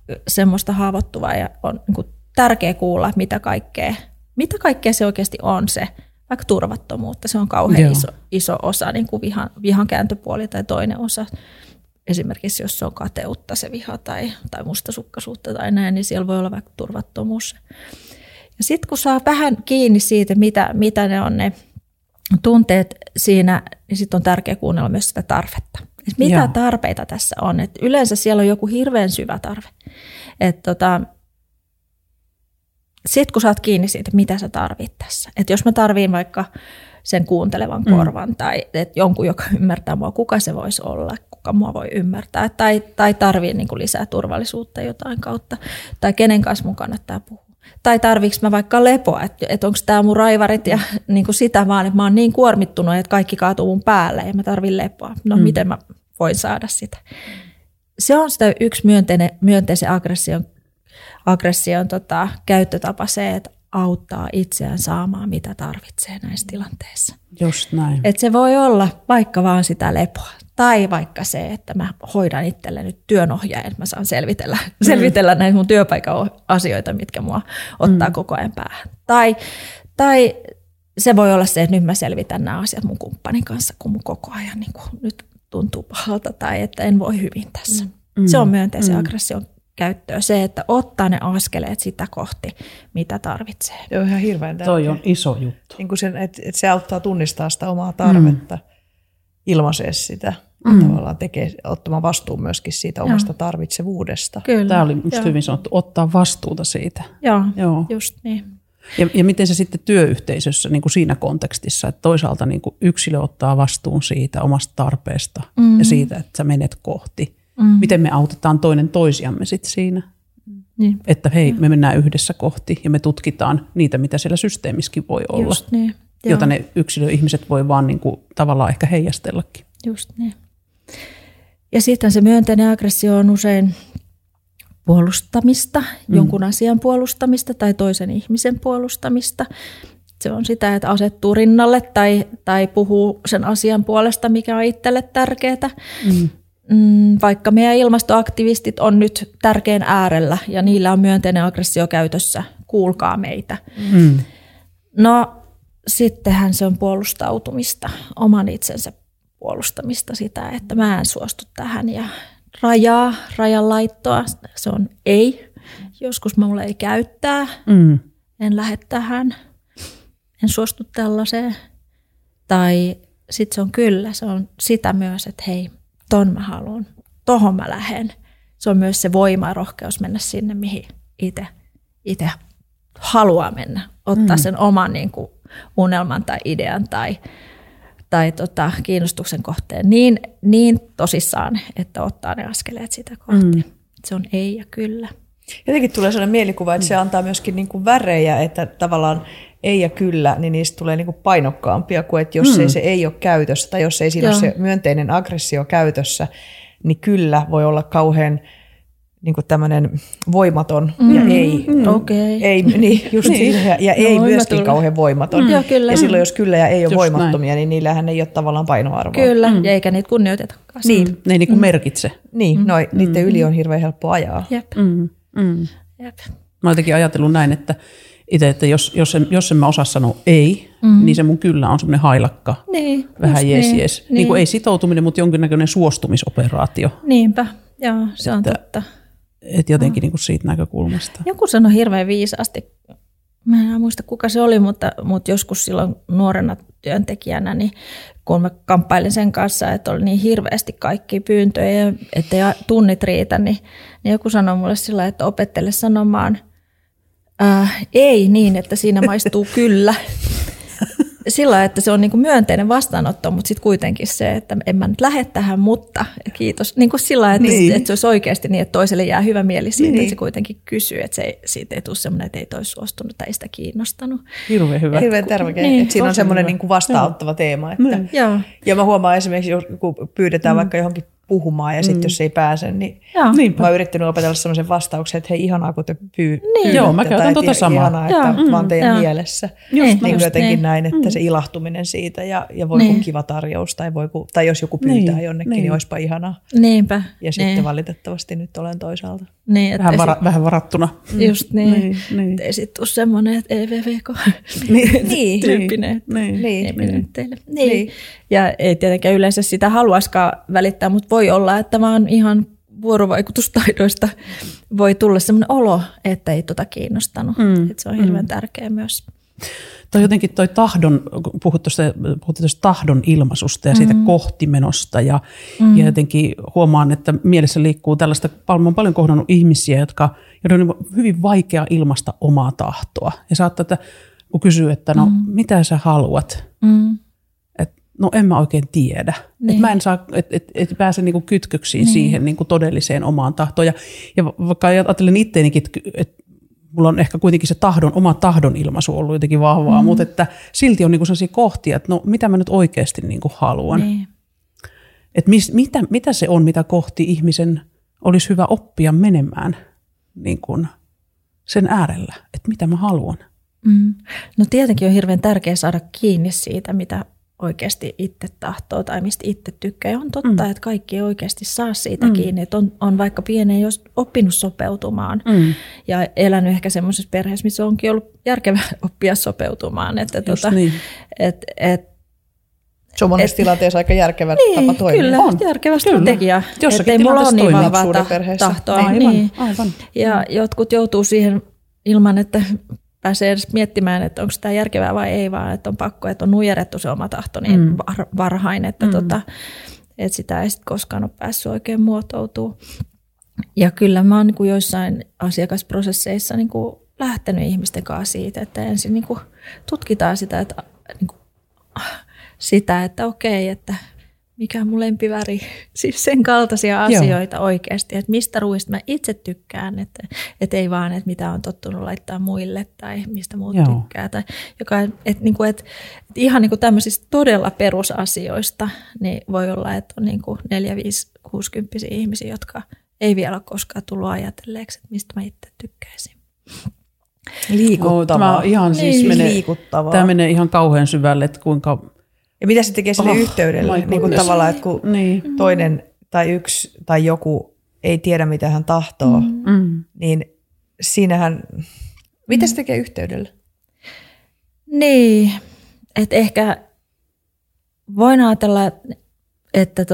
semmoista haavoittuvaa ja on niin kuin tärkeää kuulla, mitä kaikkea se oikeasti on se, vaikka turvattomuutta. Se on kauhean iso osa, niin kuin vihan kääntöpuoli tai toinen osa. Esimerkiksi jos se on kateutta se viha tai mustasukkaisuutta tai näin, niin siellä voi olla vaikka turvattomuus. Ja sitten kun saa vähän kiinni siitä, mitä ne on ne tunteet siinä, niin sitten on tärkeää kuunnella myös sitä tarvetta. Et mitä tarpeita tässä on? Et yleensä siellä on joku hirveän syvä tarve. Sitten kun saat kiinni siitä, mitä sä tarvit tässä. Et jos mä tarviin vaikka sen kuuntelevan korvan tai jonkun, joka ymmärtää mua, kuka se voisi olla, kuka mua voi ymmärtää. Tai tarviin niin kuin lisää turvallisuutta jotain kautta. Tai kenen kanssa mun kannattaa puhua. Tai tarviinko mä vaikka lepoa, että onko tämä mun raivarit ja niin kuin sitä vaan, että mä oon niin kuormittunut, että kaikki kaatuu mun päälle ja mä tarvin lepoa. No miten mä voin saada sitä? Se on sitä yksi myönteisen aggression käyttötapa se, että auttaa itseään saamaan mitä tarvitsee näissä tilanteissa. Just näin. Et se voi olla vaikka vaan sitä lepoa tai vaikka se, että mä hoidan itselle nyt työnohjaajan, että mä saan selvitellä näitä mun työpaikan asioita, mitkä mua ottaa koko ajan päähän. Tai se voi olla se, että nyt mä selvitän nämä asiat mun kumppanin kanssa, kun mun koko ajan niin kun nyt tuntuu pahalta tai että en voi hyvin tässä. Se on myönteisen aggression käyttöä. Se, että ottaa ne askeleet sitä kohti, mitä tarvitsee. Se on ihan hirveän tärkeää. Toi on iso juttu. Niin kuin että se auttaa tunnistaa sitä omaa tarvetta, ilmaisee sitä, tavallaan ottamaan vastuun myöskin siitä omasta tarvitsevuudesta. Kyllä. Tämä oli just hyvin sanottu, ottaa vastuuta siitä. Joo. Just niin. Ja miten se sitten työyhteisössä niin kuin siinä kontekstissa, että toisaalta niin kuin yksilö ottaa vastuun siitä omasta tarpeesta ja siitä, että sä menet kohti. Miten me autetaan toinen toisiamme sitten siinä, että hei, me mennään yhdessä kohti ja me tutkitaan niitä, mitä siellä systeemissäkin voi olla, just niin. jota ne yksilöihmiset voi vaan niin kuin tavallaan ehkä heijastellakin. Just niin. Ja sitten se myönteinen aggressio on usein puolustamista, jonkun asian puolustamista tai toisen ihmisen puolustamista. Se on sitä, että asettuu rinnalle tai puhuu sen asian puolesta, mikä on itselle tärkeää. Vaikka meidän ilmastoaktivistit on nyt tärkeän äärellä ja niillä on myönteinen aggressio käytössä, kuulkaa meitä. No sittenhän se on puolustautumista, oman itsensä puolustamista sitä, että mä en suostu tähän ja rajan laittoa, se on ei. Joskus mulle ei käyttää, en lähde tähän, en suostu tällaiseen. Tai sitten se on kyllä, se on sitä myös, että hei, ton mä haluan, tohon mä lähden. Se on myös se voima ja rohkeus mennä sinne, mihin itse haluaa mennä. Ottaa sen oman niin kuin, unelman tai idean tai kiinnostuksen kohteen niin tosissaan, että ottaa ne askeleet sitä kohti. Se on ei ja kyllä. Jotenkin tulee sellainen mielikuva, että se antaa myöskin niin kuin värejä, että tavallaan ei ja kyllä, niin niistä tulee niin kuin painokkaampia kuin, että jos se ei ole käytössä tai jos ei siinä ole se myönteinen aggressio käytössä, niin kyllä voi olla kauhean niin kuin tämmöinen voimaton ja ei. Ei niin, just ja ei myöskin kauhean voimaton. Ja silloin jos kyllä ja ei ole voimattomia, niin niillähän ei ole tavallaan painoarvoa. Kyllä, ja eikä niitä kunnioitetakaan. Niin. Ne ei niin kuin merkitse. Niin, niiden yli on hirveän helppo ajaa. Jep. Mä oon jotenkin ajatellut näin, että itse, että jos en mä osaa sanoa ei, niin se mun kyllä on semmoinen hailakka, vähän jees. Niin kuin ei sitoutuminen, mutta jonkinnäköinen suostumisoperaatio. Niinpä, joo, se on totta. Että jotenkin niin kuin siitä näkökulmasta. Joku sanoi hirveän viisaasti, mä en muista kuka se oli, mutta joskus silloin nuorena työntekijänä, niin kun mä kamppailin sen kanssa, että oli niin hirveästi kaikkia pyyntöjä, ettei tunnit riitä, niin joku sanoi mulle sillä, että opettele sanomaan ei niin, että siinä maistuu kyllä. Sillä että se on niinku myönteinen vastaanotto, mutta sitten kuitenkin se, että en mä nyt lähde tähän, mutta kiitos. Niin kuin sillä että se olisi oikeasti niin, että toiselle jää hyvä mieli siitä, että se kuitenkin kysyy, että siitä ei tule semmoinen, että ei toi suostunut tai ei sitä kiinnostanut. Hirveän hyvä. Hirveän tärkeä, että siinä on semmoinen niinku vastaanottava teema. Että, ja mä huomaan esimerkiksi, kun pyydetään vaikka johonkin puhumaan ja sitten jos ei pääse, niin mä oon yrittänyt opetella semmoisen vastauksen, että hei ihanaa kun te pyydätte. Joo, mä käytän tuota samaa. Ihanaa, että mä oon teidän mielessä. Niin jotenkin näin, että se ilahtuminen siitä ja voi kun kiva tarjous tai jos joku pyytää jonnekin, niin olisipa ihanaa. Niinpä. Ja sitten valitettavasti nyt olen toisaalta. Niin, vähän varattuna. Just niin. Ei sitten tule semmoinen, että EVVK tyyppinen. Niin. Ja ei tietenkään yleensä sitä haluaisikaan välittää, mutta voi olla, että vaan ihan vuorovaikutustaidoista voi tulla semmoinen olo, että ei kiinnostanut. Että se on hirveän tärkeä myös. Jotenkin toi tahdon, puhut tuosta tahdon ilmaisusta ja siitä kohtimenosta ja jotenkin huomaan, että mielessä liikkuu tällaista, paljon kohdannut ihmisiä, joiden on hyvin vaikea ilmaista omaa tahtoa. Ja saattaa, että kun kysyy, että no mitä sä haluat, että no en mä oikein tiedä. Että mä en saa, et pääse niinku kytköksiin siihen niinku todelliseen omaan tahtoon. Ja vaikka ajattelen itteenikin, että mulla on ehkä kuitenkin se oma tahdon ilmaisu ollut jotenkin vahvaa, mutta että silti on niinku sellaisia kohtia, että no mitä mä nyt oikeasti niinku haluan. Niin. Että mitä se on, mitä kohti ihmisen olisi hyvä oppia menemään niin kuin sen äärellä, että mitä mä haluan. No tietenkin on hirveän tärkeää saada kiinni siitä, mitä oikeasti itse tahtoo tai mistä itse tykkää. Ja on totta, että kaikki ei oikeasti saa siitä kiinni. Että on vaikka pienen jos oppinut sopeutumaan ja elänyt ehkä semmoisessa perheessä, missä onkin ollut järkevää oppia sopeutumaan. Että niin. Se on monessa tilanteessa aika järkevä tapa toimia. Kyllä, järkevä strategia. Että ei mulla ole niin vahvaa tahtoa. Aivan. Ja jotkut joutuu siihen ilman, että pääsee edes miettimään, että onko tämä järkevää vai ei, vaan että on pakko, että on nujerrettu se oma tahto niin varhain, että, että sitä ei sitten koskaan ole päässyt oikein muotoutumaan. Ja kyllä mä oon niin kuin joissain asiakasprosesseissa niin kuin lähtenyt ihmisten kanssa siitä, että ensin niin kuin tutkitaan sitä, että, niin kuin, että okei, että mikä on mun lempiväri, siis sen kaltaisia asioita oikeasti, että mistä ruuista mä itse tykkään, että ei vaan, että mitä on tottunut laittaa muille tai mistä muut tykkää. Tai että ihan niin kuin tämmöisistä todella perusasioista niin voi olla, että on niin kuin 4, 5, 60 ihmisiä, jotka ei vielä ole koskaan tullut ajatelleeksi, että mistä mä itse tykkäisin. Liikuttavaa. Liikuttavaa. Tämä menee ihan kauhean syvälle, että kuinka... Ja mitä se tekee sille yhteydelle? Niin kuin tavallaan, että kun toinen tai yksi tai joku ei tiedä, mitä hän tahtoo, niin siinähän... Mitä se tekee yhteydelle? Niin, että ehkä voin ajatella, että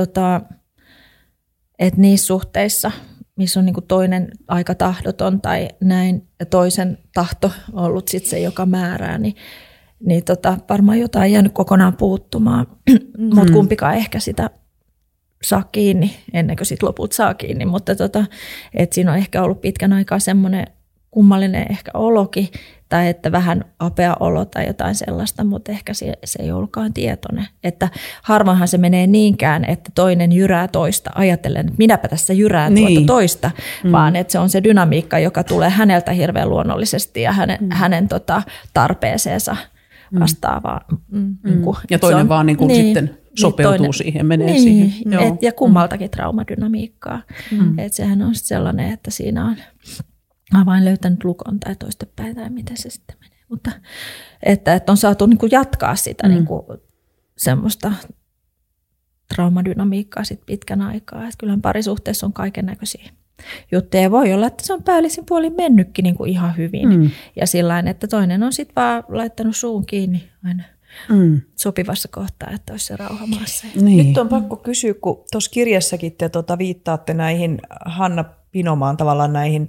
niissä suhteissa, missä on niin kuin toinen aika tahdoton tai näin, ja toisen tahto on ollut sitten se, joka määrää, niin varmaan jotain jäänyt kokonaan puuttumaan, mutta kumpikaan ehkä sitä saa kiinni ennen kuin sit loput saa kiinni. Mutta että siinä on ehkä ollut pitkän aikaa semmoinen kummallinen ehkä olokin, tai että vähän apea olo tai jotain sellaista, mutta ehkä se ei ollutkaan tietoinen. Että harvaanhan se menee niinkään, että toinen jyrää toista, ajatellen, että minäpä tässä jyrään tuota toista, vaan että se on se dynamiikka, joka tulee häneltä hirveän luonnollisesti ja hänen tarpeeseensa vastaavaa. Ja toinen vaan niin kuin sitten sopeutuu siihen, menee siihen. Ja kummaltakin traumadynamiikkaa. Että sehän on sellainen, että siinä on vain löytänyt lukon tai toistepäin tai miten se sitten menee. Mutta että on saatu niin kuin jatkaa sitä niin kuin semmoista traumadynamiikkaa sit pitkän aikaa. Että kyllähän parisuhteessa on kaiken näköisiä juttuja. Voi olla, että se on päällisin puolin mennytkin niin kuin ihan hyvin. Ja sillain, että toinen on sitten vaan laittanut suun kiinni aina sopivassa kohtaa, että olisi se rauha maassa. Niin. Nyt on pakko kysyä, kun tuossa kirjassakin te viittaatte näihin Hanna Pinomaan tavallaan näihin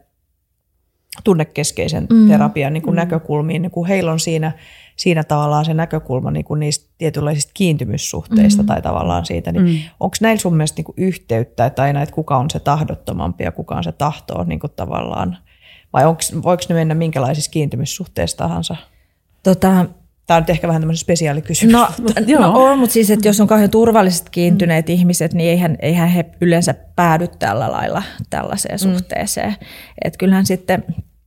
tunnekeskeisen terapian niin kuin näkökulmiin, niin kun heillä on siinä tavallaan se näkökulma niin kuin niistä tietynlaisista kiintymyssuhteista tai tavallaan siitä, niin onko näillä sun mielestä niin kuin yhteyttä, että aina, että kuka on se tahdottomampi ja kuka on se tahtoo niin kuin tavallaan, vai voiko ne mennä minkälaisissa kiintymyssuhteissa tahansa? Tämä on nyt ehkä vähän tämmöinen spesiaali kysymys. No on, mutta siis, että jos on kauhean turvalliset kiintyneet ihmiset, niin eihän he yleensä päädy tällä lailla tällaiseen suhteeseen. Että kyllähän sitten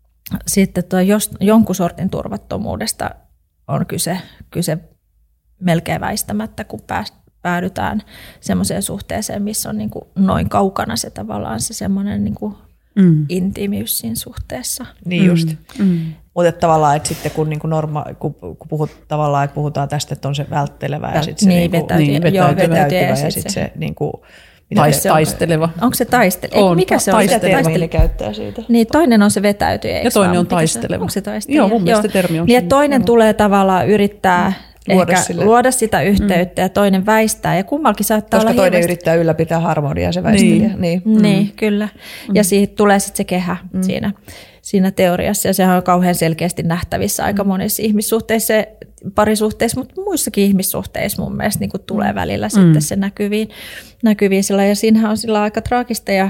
jos jonkun sortin turvattomuudesta on kyse melkein väistämättä, kun päädytään semmoiseen suhteeseen, missä on niin kuin noin kaukana se tavallaan se semmoinen niin kuin intiimiys siinä suhteessa. Niin just. Mutta tavallaan, että sitten kun, niinku kun puhutaan tästä, että on se välttelevä ja sitten se vetäytyvä ja sitten se, niinku, Taisteleva. Onko se taisteleva? On, mikä se on? Mitä termiä käyttää siitä? Niin, toinen on se vetäytyjä. Ja toinen on taisteleva. Onko se taistelija? Joo, mun mielestä termi on. Niin, toinen tulee tavallaan yrittää luoda sitä yhteyttä ja toinen väistää. Ja kummallakin saattaa koska olla toinen yrittää ylläpitää harmoniaa se väistelijä. Niin, kyllä. Ja siitä tulee sitten se kehä siinä teoriassa. Ja sehän on kauhean selkeästi nähtävissä aika monissa ihmissuhteissa, parisuhteissa, mutta muissakin ihmissuhteissa mun mielestä niin kuin tulee välillä sitten se näkyviin sillä. Ja siinähän on sillä aika traagista ja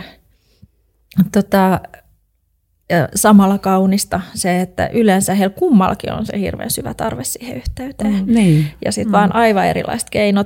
samalla kaunista se, että yleensä heillä kummallakin on se hirveän syvä tarve siihen yhteyteen. Ja sitten vaan aivan erilaiset keinot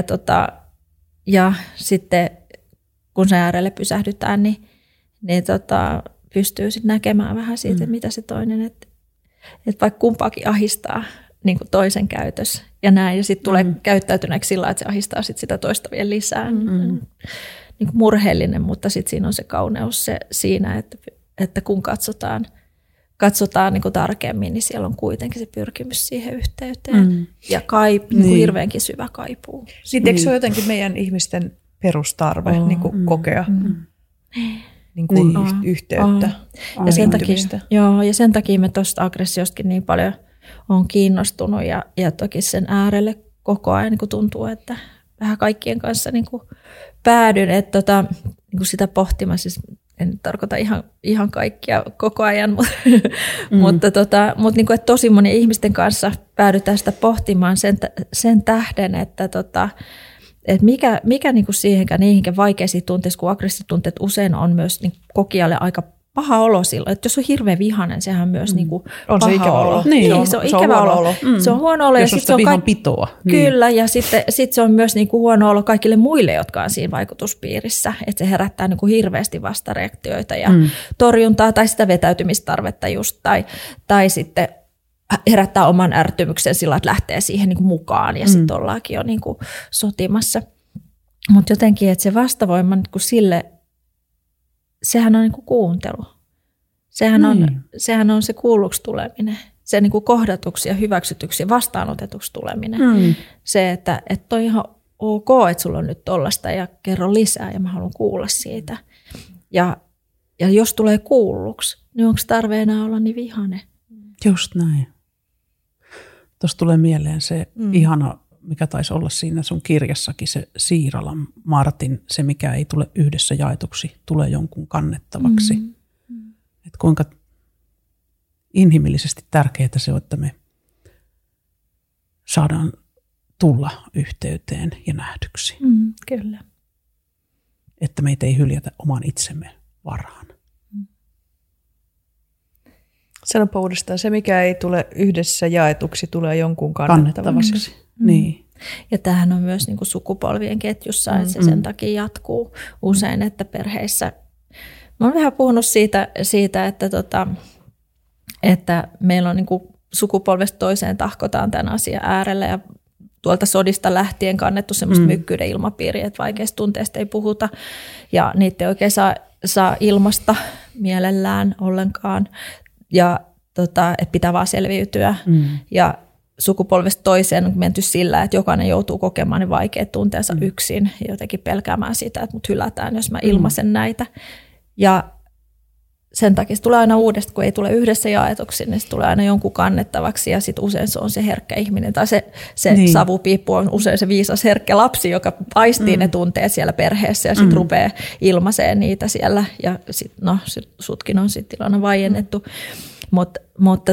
ja sitten kun se äärelle pysähdytään, niin pystyy sitten näkemään vähän siitä, mitä se toinen, että vaikka kumpaakin ahistaa niin kuin toisen käytös ja näin, ja sitten tulee käyttäytyneeksi sillä, että se ahistaa sit sitä toista vielä lisää. Niin kuin murheellinen, mutta sitten siinä on se kauneus siinä, että kun katsotaan niin kuin tarkemmin, niin siellä on kuitenkin se pyrkimys siihen yhteyteen ja niin kuin hirveänkin syvä kaipuu. Sitten eikö se ole jotenkin meidän ihmisten perustarve niin kuin kokea niin kuin yhteyttä ja sen takia me tuosta aggressiostakin niin paljon on kiinnostunut ja toki sen äärelle koko ajan niin kuin tuntuu, että vähän kaikkien kanssa niin kuin päädyn, että niin kuin sitä pohtimaan, siis en tarkoita ihan kaikkia koko ajan, mutta niin kuin, että tosi monen ihmisten kanssa päädytään sitä pohtimaan sen tähden, että mikä niin kuin niihinkään vaikeisiin tunteisiin, kun aggressiivitunteet usein on myös niin kokijalle aika paha olo silloin. Että jos on hirveän vihainen, sehän myös niin kuin on se ikävä olo. Niin, se on ikävä olo. Se on huono olo. Jos ja sitä vihan pitoa. Kyllä, ja sitten se on myös niin kuin huono olo kaikille muille, jotka on siinä vaikutuspiirissä. Että se herättää niin kuin hirveästi vastareaktioita ja torjuntaa tai sitä vetäytymistarvetta just. Tai sitten herättää oman ärtymyksen sillä, että lähtee siihen niin kuin mukaan ja sitten ollaankin jo niin kuin sotimassa. Mutta jotenkin, että se vastavoima niin kuin sille, sehän on niin kuin kuuntelu. Sehän on se kuulluksi tuleminen. Se niin kuin kohdatuksi ja hyväksytyksi ja vastaanotetuksi tuleminen. Se, että toi on ihan ok, että sulla on nyt tollaista ja kerro lisää ja mä haluan kuulla siitä. Ja jos tulee kuulluksi, niin onko tarve enää olla niin vihainen? Just näin. Tuossa tulee mieleen se ihana, mikä taisi olla siinä sun kirjassakin, se Siiralan Martin, se mikä ei tule yhdessä jaetuksi, tulee jonkun kannettavaksi. Että kuinka inhimillisesti tärkeää se on, että me saadaan tulla yhteyteen ja nähdyksi. Kyllä. Että meitä ei hyljätä oman itsemme varaan. Sanonpa uudestaan, se mikä ei tule yhdessä jaetuksi, tulee jonkun kannettavaksi. Niin. Ja tämähän on myös niin kuin sukupolvien ketjussa, että se sen takia jatkuu usein, että perheissä. Mä oon vähän puhunut siitä että meillä on niin kuin sukupolvesta toiseen tahkotaan tämän asian äärellä ja tuolta sodista lähtien kannettu semmoista mykkyyden ilmapiiriä, että vaikeista tunteista ei puhuta ja niitä ei oikein saa ilmasta mielellään ollenkaan. Ja että pitää vaan selviytyä. Ja sukupolvesta toiseen on menty sillä, että jokainen joutuu kokemaan ne vaikeat tunteensa yksin ja jotenkin pelkäämään sitä, että mut hylätään, jos mä ilmaisen näitä. Ja sen takia se tulee aina uudestaan, kun ei tule yhdessä jaetuksi, niin se tulee aina jonkun kannettavaksi ja sitten usein se on se herkkä ihminen tai se savupiippu on usein se viisas herkkä lapsi, joka aistii ne tunteet siellä perheessä ja sitten rupeaa ilmaiseen niitä siellä ja sutkin on sitten tilana vaiennettu. Mutta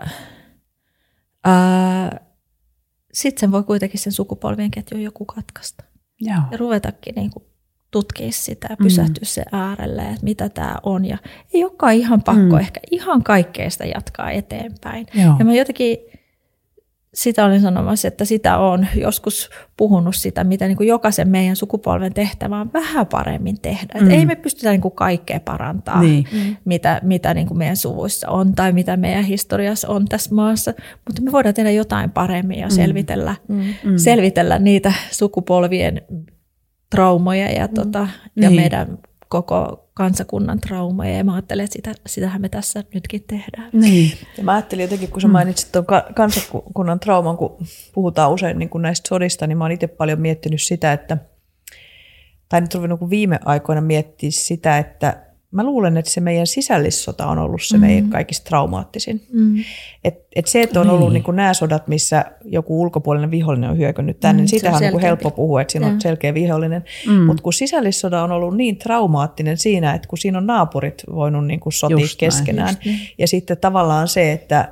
sitten sen voi kuitenkin sen sukupolvien ketjun joku katkaista. Joo. Ja ruvetakin niinku tutkia sitä ja pysähtyä sen äärelle, että mitä tämä on. Ja ei olekaan ihan pakko ehkä ihan kaikkea sitä jatkaa eteenpäin. Joo. Ja mä jotenkin sitä olin sanomassa, että sitä on joskus puhunut sitä, mitä niin kuin jokaisen meidän sukupolven tehtävä on vähän paremmin tehdä. Että ei me pystytä niin kuin kaikkea parantaa, mitä niin kuin meidän suvuissa on tai mitä meidän historiassa on tässä maassa, mutta me voidaan tehdä jotain paremmin ja selvitellä niitä sukupolvien traumoja ja meidän koko kansakunnan traumoja. Ja mä ajattelen, että sitähän me tässä nytkin tehdään. Niin. Ja mä ajattelin jotenkin, kun sä mainitsit tuon kansakunnan trauman, kun puhutaan usein niin kuin näistä sodista, niin mä oon itse paljon miettinyt sitä, että tai nyt ruvennut viime aikoina miettiä sitä, että mä luulen, että se meidän sisällissota on ollut se meidän kaikista traumaattisin. Et se, että on ollut niin kuin nämä sodat, missä joku ulkopuolinen vihollinen on hyökännyt tänne, niin siitähän on niin kuin helppo puhua, että siinä on selkeä vihollinen. Mutta kun sisällissoda on ollut niin traumaattinen siinä, että kun siinä on naapurit voinut niin kuin sotia keskenään, ja sitten tavallaan se,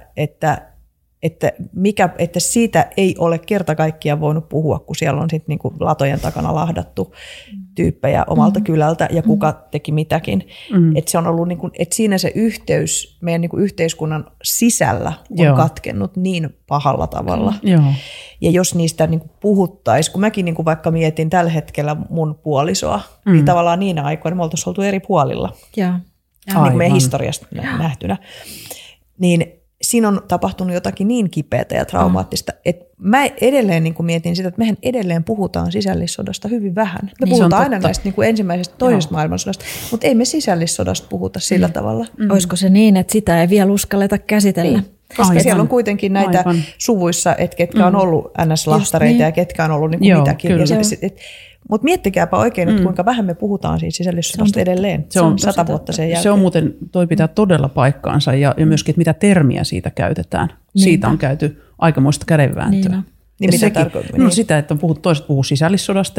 että siitä ei ole kerta kaikkiaan voinut puhua, kun siellä on sitten niinku latojen takana lahdattu tyyppejä omalta kylältä ja kuka teki mitäkin. Että se on ollut niinku, että siinä se yhteys meidän niinku yhteiskunnan sisällä on katkennut niin pahalla tavalla. Ja jos niistä niinku puhuttaisiin, kun mäkin niinku vaikka mietin tällä hetkellä mun puolisoa, niin tavallaan niinä aikoina me oltaisiin oltu eri puolilla. Niin meidän historiasta nähtynä. Niin siinä on tapahtunut jotakin niin kipeätä ja traumaattista, että mä edelleen niin kuin mietin sitä, että mehän edelleen puhutaan sisällissodasta hyvin vähän. Me puhutaan aina näistä niin kuin ensimmäisestä toisesta maailmansodasta, mutta ei me sisällissodasta puhuta sillä tavalla. Olisiko se niin, että sitä ei vielä uskalleta käsitellä? Koska siellä on kuitenkin näitä suvuissa, että ketkä on ollut NS-lahtareita ja ketkä on ollut niin kuin mitäkin. Mutta miettikääpä oikein, että kuinka vähän me puhutaan siitä sisällissodasta edelleen. Se on 100 vuotta sen jälkeen. Se on muuten, toi pitää todella paikkaansa ja myöskin, että mitä termiä siitä käytetään. Siitä on käyty aikamoista kädenvääntöä. Niin mitä tarkoittaa? No sitä, että toiset puhuu sisällissodasta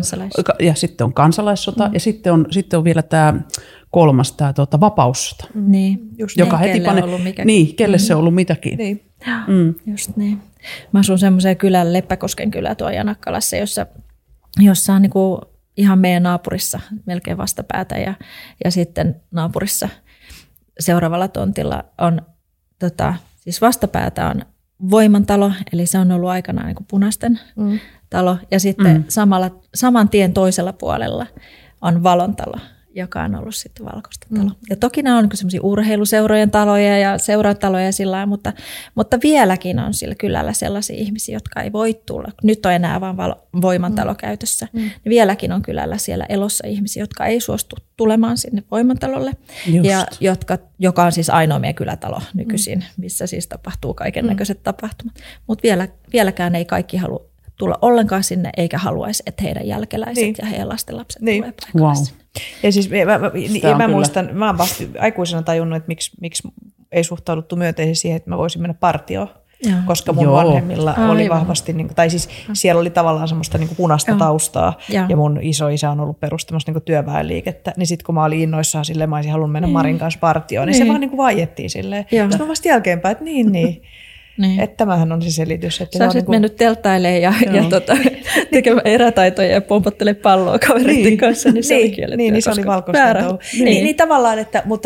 ja sitten on kansalaissota ja sitten on vielä tämä kolmas, tämä vapaussota. Joka heti kelle se on ollut mitäkin. Niin. Just niin. Mä asun semmoiseen kylällä, Leppäkosken kylä tuo Janakkalassa, jossa on niinku ihan meidän naapurissa melkein vastapäätä ja sitten naapurissa seuraavalla tontilla on, siis vastapäätä on Voimantalo, eli se on ollut aikanaan niinku punaisten talo ja sitten saman tien toisella puolella on Valontalo, joka on ollut sitten valkoista taloa. Ja toki nämä on semmoisia urheiluseurojen taloja ja seurataloja sillä lailla, mutta vieläkin on sillä kylällä sellaisia ihmisiä, jotka ei voi tulla. Nyt on enää vain Voimantalo käytössä. Niin vieläkin on kylällä siellä elossa ihmisiä, jotka ei suostu tulemaan sinne Voimantalolle. Ja joka on siis ainoa meidän kylätalo nykyisin, missä siis tapahtuu kaiken näköiset tapahtumat. Mutta vieläkään ei kaikki halua tulla ollenkaan sinne, eikä haluaisi, että heidän jälkeläiset ja heidän lastenlapset tulee paikalle sinne. Ja siis mä muistan, mä oon vasta aikuisena tajunnut, että miksi ei suhtauduttu myönteisesti siihen, että mä voisin mennä partioon. Koska mun vanhemmilla oli vahvasti, tai siis siellä oli tavallaan semmoista punaista taustaa, ja mun isoisä on ollut perustamassa työväenliikettä, niin sitten kun mä olin innoissaan silleen, mä olisin halunnut mennä Marin kanssa partioon, niin se vaan vaiettiin silleen. Sitten mä vasta jälkeenpäin, että niin. Että tämähän on se selitys. Että sä olisit mennyt teltailemaan ja tekemään erätaitoja ja pompottele palloa kavereiden kanssa, niin se oli kiellettyä. Niin se oli valkoista touhu. Niin tavallaan, mutta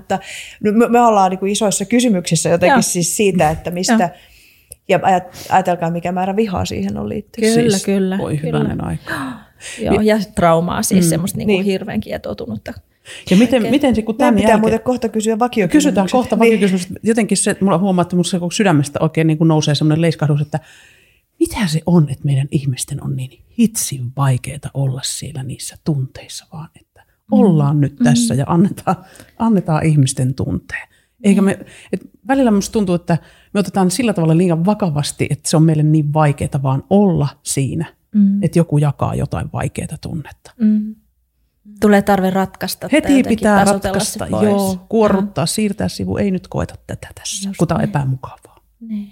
me ollaan niin kuin isoissa kysymyksissä jotenkin siis siitä, että mistä, ja ajatelkaa mikä määrä vihaa siihen on liittynyt. Kyllä. Voi hyvänen aika. Joo, ja traumaa siis semmoista hirveän kietoutunutta. Ja miten se, kun tämän pitää muuten kohta kysyä vakiokysymys. Kysytään kohta vakiokysymys. Jotenkin se, mulla huomaa, että mulla se sydämestä oikein niin kuin nousee semmoinen leiskahdus, että mitä se on, että meidän ihmisten on niin hitsin vaikeaa olla siellä niissä tunteissa, vaan että ollaan nyt tässä ja annetaan ihmisten tunteen. Eikä välillä musta tuntuu, että me otetaan sillä tavalla liian vakavasti, että se on meille niin vaikeaa vaan olla siinä, että joku jakaa jotain vaikeaa tunnetta. Tulee tarve ratkaista. Heti pitää ratkaista, kuorruttaa, siirtää sivu. Ei nyt koeta tätä tässä, kun tämä on epämukavaa. Niin.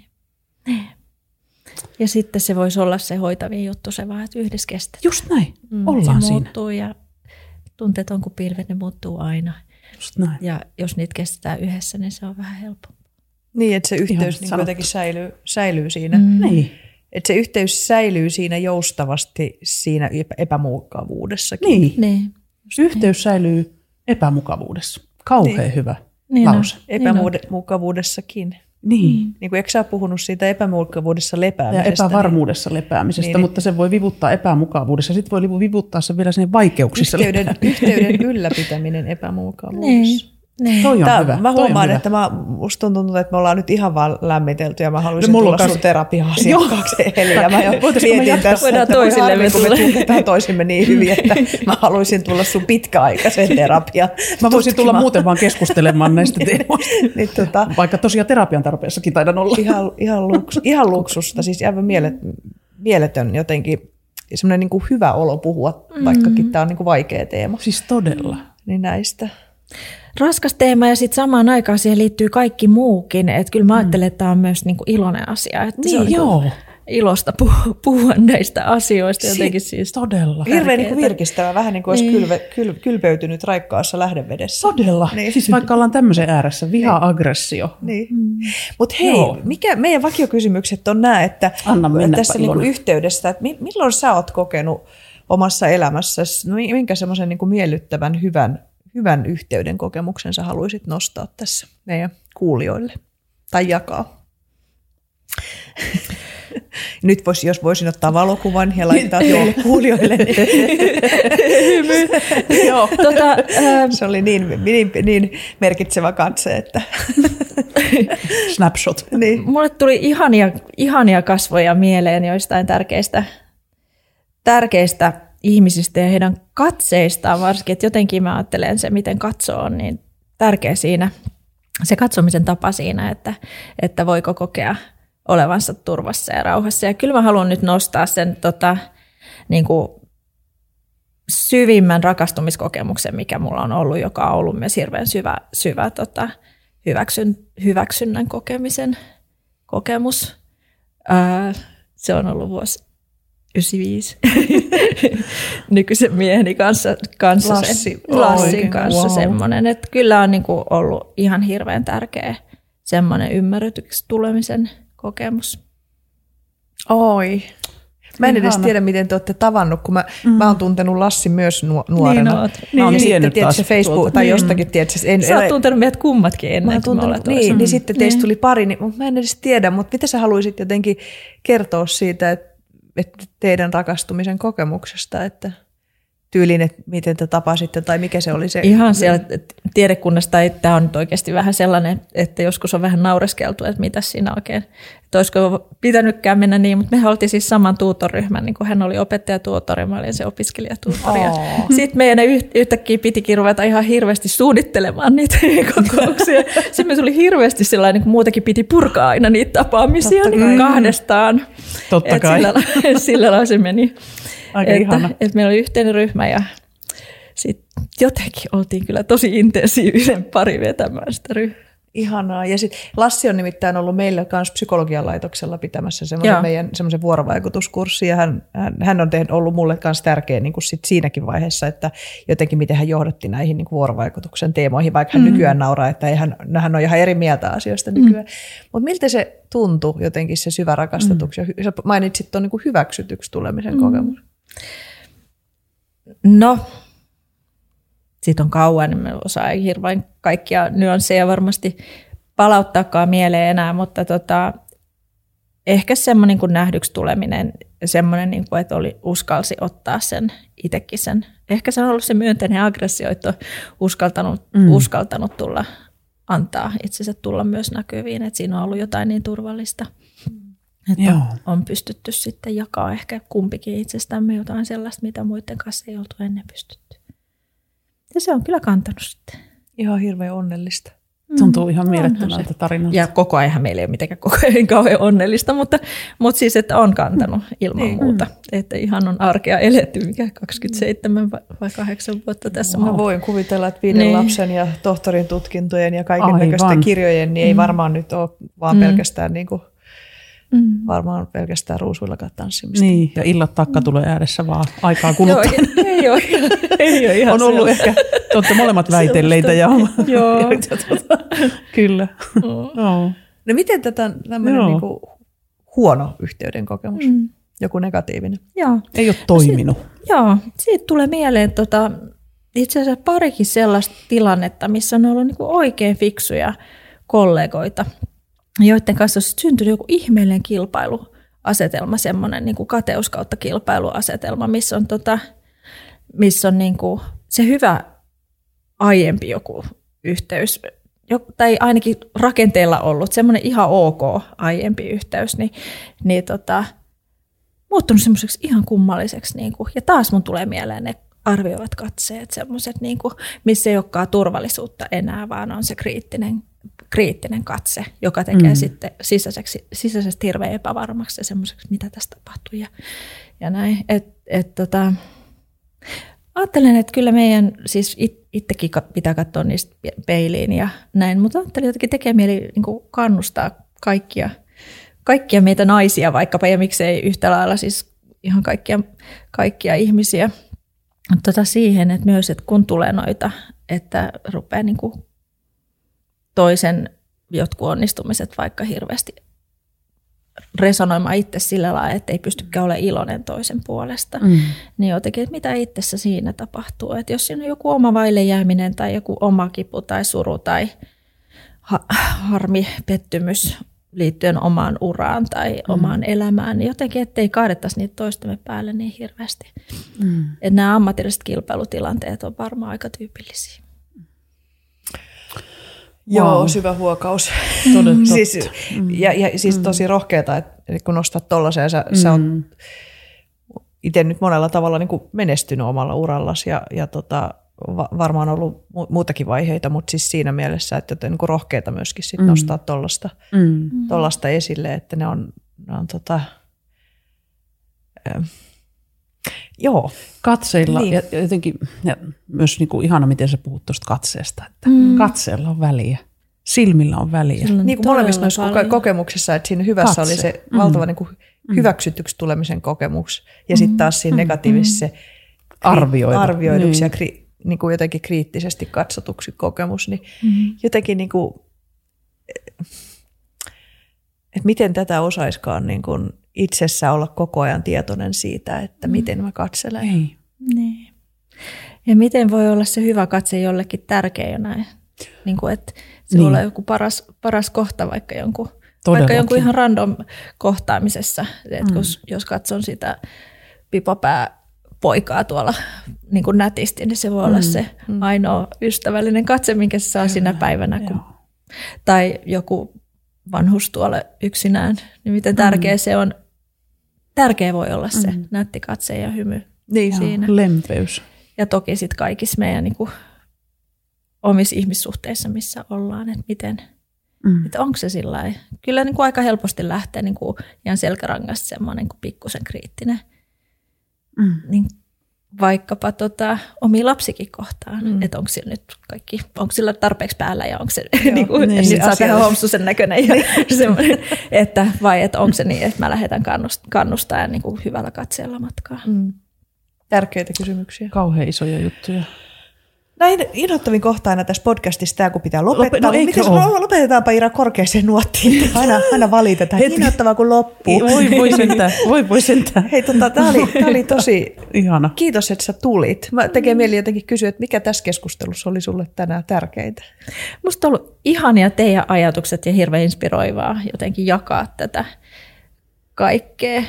Ja sitten se voisi olla se hoitavin juttu, se vaan, että yhdessä kestetään. Just näin, ollaan se siinä. Muuttuu ja tunteet on kuin pilvet, ne muuttuu aina. Just näin. Ja jos niitä kestetään yhdessä, niin se on vähän helpompaa. Niin, että se yhteys niin jotenkin säilyy siinä. Niin. Että se yhteys säilyy siinä joustavasti siinä epämukavuudessakin. Niin. Yhteys säilyy epämukavuudessa. Kauhean hyvä lause. Epämukavuudessakin. Niin. Niin kuin eikö sä puhunut siitä epämukavuudessa lepäämisestä? Ja epävarmuudessa lepäämisestä, mutta se voi vivuttaa epämukavuudessa. Sitten voi vivuttaa se vielä sinne vaikeuksissa. Yhteyden ylläpitäminen epämukavuudessa. Niin. Toi on hyvä. Mä huomaan, että musta on tuntunut, että me ollaan nyt ihan vaan lämmitelty ja mä haluaisin tulla sun terapia-asiakkaaksi. Eli ja mä jo mietin tässä, että kun me tunnetaan toisimme niin hyvin, että mä haluaisin tulla sun pitkäaikaisen terapian. Mä voisin tulla muuten vaan keskustelemaan näistä teemoista. Vaikka tosiaan terapian tarpeessakin taidan olla. Ihan luksusta, siis aivan mieletön jotenkin semmoinen niin kuin hyvä olo puhua, vaikkakin tämä on niin kuin vaikea teema. Siis todella. Niin näistä. Raskas teema ja sitten samaan aikaan siihen liittyy kaikki muukin. Että kyllä mä ajattelen, että tämä on myös niinku iloinen asia. Että Niin, se on joo. Ilosta puhua näistä asioista jotenkin siis. Todella. Hirveän niin kuin virkistävä, vähän niin kuin olisi kylpeytynyt raikkaassa lähdevedessä. Todella. Niin. Siis vaikka ollaan tämmöisen ääressä, viha-aggressio. Niin. Mutta hei, mikä meidän vakiokysymykset on nämä, että Anna mennä tässä niin kuin yhteydessä, että milloin sä oot kokenut omassa elämässäsi, minkä semmoisen niin kuin miellyttävän, hyvän yhteyden kokemuksen sä haluaisit nostaa tässä meidän kuulijoille tai jakaa? Nyt jos voisin ottaa valokuvan ja laittaa teille kuulijoille. Joo. Se oli niin merkitsevä katse, että snapshot. Niin. Mulle tuli ihania kasvoja mieleen joistain tärkeistä ihmisistä ja heidän katseistaan varsinkin, että jotenkin mä ajattelen se, miten katsoo on niin tärkeä siinä, se katsomisen tapa siinä, että voiko kokea olevansa turvassa ja rauhassa. Ja kyllä mä haluan nyt nostaa sen niin kuin syvimmän rakastumiskokemuksen, mikä mulla on ollut, joka on ollut myös hirveän syvä hyväksynnän kokemisen kokemus. Se on ollut vuosi 95 nykyisen mieheni kanssa Lassin kanssa semmoinen, että kyllä on niin kuin ollut ihan hirveän tärkeä semmoinen ymmärretyksi tulemisen kokemus. Oi. Mä en edes tiedä, miten te olette tavannut, kun mä oon tuntenut Lassin myös nuorena. Niin oot. Mä oon tiennyt taas Facebook tai jostakin, tiedätkö. Sä oot tuntenut meidät kummatkin ennen kuin me ollaan toisella. Niin sitten teistä tuli pari, niin mä en edes tiedä, mutta mitä sä haluaisit jotenkin kertoa siitä, että teidän rakastumisen kokemuksesta, että tyyliin, että miten te tapasitte tai mikä se oli se? Ihan siellä tiedekunnasta, tämä on nyt oikeasti vähän sellainen, että joskus on vähän naureskeltu, että mitä siinä oikein, että olisiko pitänytkään mennä niin, mutta me oltiin siis saman tuutoryhmän, niin kun hän oli opettajatuutori, mä olin se opiskelijatuutori. Sitten meidän yhtäkkiä pitikin ruveta ihan hirveästi suunnittelemaan niitä kokouksia. Sitten me tuli hirveästi sellainen, niin kun muutenkin piti purkaa aina niitä tapaamisia niin kahdestaan. Totta kai. Sillä lailla se meni. Aika ihana. Että meillä oli yhteinen ryhmä ja sitten jotenkin oltiin kyllä tosi intensiivisen pari vetämään sitä ryhmää. Ihanaa. Ja sitten Lassi on nimittäin ollut meillä kanssa psykologian laitoksella pitämässä semmoisen vuorovaikutuskurssin, ja hän on ollut mulle kanssa tärkeä niin kuin sit siinäkin vaiheessa, että jotenkin miten hän johdatti näihin niin kuin vuorovaikutuksen teemoihin, vaikka hän nykyään nauraa, että hän on ihan eri mieltä asioista nykyään. Mutta miltä se tuntui jotenkin se syvä rakastetuksi, ja sä mainitsit tuon niin kuin hyväksytyksi tulemisen kokemus? No, siitä on kauan, niin me osaa hirveän kaikkia nyansseja varmasti palauttaakaan mieleen enää, mutta ehkä semmoinen kuin nähdyksi tuleminen, semmoinen, niin kuin, että uskalsi ottaa sen itsekin sen. Ehkä se on ollut se myönteinen aggressio, että on uskaltanut tulla, antaa itsensä tulla myös näkyviin, että siinä on ollut jotain niin turvallista. Että on pystytty sitten jakaa ehkä kumpikin itsestämme jotain sellaista, mitä muiden kanssa ei oltu ennen pystytty. Ja se on kyllä kantanut sitten. Ihan hirveän onnellista. Tuntuu ihan mielettömältä tarinalta. Ja koko ajan meillä ei ole mitenkään koko ajan kauhean onnellista, mutta siis, että on kantanut ilman muuta. Että ihan on arkea eletty, mikä 27 vai 8 vuotta tässä. Mä voin kuvitella, että 5 lapsen ja tohtorin tutkintojen ja kaiken näköisten kirjojen, niin ei varmaan nyt ole vaan pelkästään niin kuin varmaan pelkästään ruusuillakaan tanssimista. Niin, ja illat takka tulee ääressä vaan aikaa kuluttaa. Ei ole ihan on ollut ehkä, te olette molemmat väitelleitä. Joo. Kyllä. No miten tämmöinen niinku huono yhteyden kokemus, joku negatiivinen? Joo. Ei ole toiminut. Siitä tulee mieleen itse asiassa parikin sellaista tilannetta, missä on ollut niinku oikein fiksuja kollegoita, joiden kanssa on syntynyt joku ihmeellinen kilpailuasetelma, semmoinen niin kuin kateus kautta kilpailuasetelma, missä on niin kuin se hyvä aiempi joku yhteys, tai ainakin rakenteella ollut semmoinen ihan ok aiempi yhteys, niin muuttunut semmoiseksi ihan kummalliseksi. Niin kuin, ja taas mun tulee mieleen ne arvioivat katseet, semmoiset, niin kuin, missä ei olekaan turvallisuutta enää, vaan on se kriittinen katse, joka tekee sitten sisäisesti hirveän epävarmaksi ja semmoiseksi, mitä tässä tapahtuu ja näin. Ajattelen, että kyllä meidän, siis itsekin pitää katsoa niistä peiliin ja näin, mutta ajattelin jotenkin tekee mieli niin kuin kannustaa kaikkia meitä naisia vaikkapa, ja miksei yhtä lailla siis ihan kaikkia ihmisiä siihen, että myös, että kun tulee noita, että rupeaa niin kuin toisen jotkut onnistumiset vaikka hirveästi resonoimaan itse sillä lailla, että ei pystykään olemaan iloinen toisen puolesta, niin jotenkin, että mitä itsessä siinä tapahtuu. Että jos siinä on joku oma vaille jääminen tai joku oma kipu tai suru tai harmi, pettymys liittyen omaan uraan tai omaan elämään, niin jotenkin, ettei kaadettaisi niitä toistemme päälle niin hirveästi. Että nämä ammatilliset kilpailutilanteet on varmaan aika tyypillisiä. Joo, syvä huokaus. Siis, ja siis tosi rohkeata, että kun nostat tollaisen, sä oot itse nyt monella tavalla niin kuin menestynyt omalla urallasi ja varmaan ollut muutakin vaiheita, mutta siis siinä mielessä, että niin kuin rohkeata myöskin sit nostaa tollasta esille, että ne on joo. Katseilla niin. Ja jotenkin ja myös niin kuin ihana, miten sä puhut tuosta katseesta, että katseella on väliä, silmillä on väliä. Niin kuin molemmissa noissa kokemuksissa, että siinä hyvässä oli se valtava niin kuin hyväksytyksi tulemisen kokemus ja sitten taas siinä negatiivisessa se arvioiduksi ja niin kuin jotenkin kriittisesti katsotuksi kokemus, niin jotenkin niin kuin, että miten tätä osaiskaan niin kuin itsessä olla koko ajan tietoinen siitä, että miten mä katselen. Ei. Niin. Ja miten voi olla se hyvä katse jollekin tärkeä jo näin, niin kuin, että se voi olla joku paras kohta vaikka jonkun ihan random kohtaamisessa, että jos katson sitä pipopääpoikaa tuolla niin kuin nätisti, niin se voi olla se ainoa ystävällinen katse, minkä se saa sinä päivänä. Tai joku vanhus tuolla yksinään, niin miten tärkeä se on. Tärkeä voi olla se nätti katse ja hymy siinä. Lempeys. Ja toki sitten kaikissa meidän niin kuin omissa ihmissuhteissa, missä ollaan, että miten, että onko se sillä lailla. Kyllä niin kuin aika helposti lähtee niin kuin ihan selkärangasta semmoinen niin pikkusen kriittinen. Niin vaikkapa omia lapsikin kohtaan, että onko sillä nyt kaikki, onko sillä tarpeeksi päällä ja onko se, niin kuin, että sitten saa tehdä homsusen näköinen ja semmoinen, että vai että onko se niin, että mä lähdetään kannustamaan niin kuin hyvällä katseella matkaa. Tärkeitä kysymyksiä. Kauhean isoja juttuja. Näin inhottavin kohta aina tässä podcastissa tämä, kun pitää lopettaa. Lopetetaanpa Ira korkeaseen nuottiin. Aina valitetaan. Inhottavaa kuin loppuu. Voi sentään. Hei, tämä oli tosi ihana. Kiitos, että sä tulit. Mä tekee mieli jotenkin kysyä, että mikä tässä keskustelussa oli sulle tänään tärkeintä? Musta on ollut ihania teidän ajatukset ja hirveän inspiroivaa jotenkin jakaa tätä kaikkea.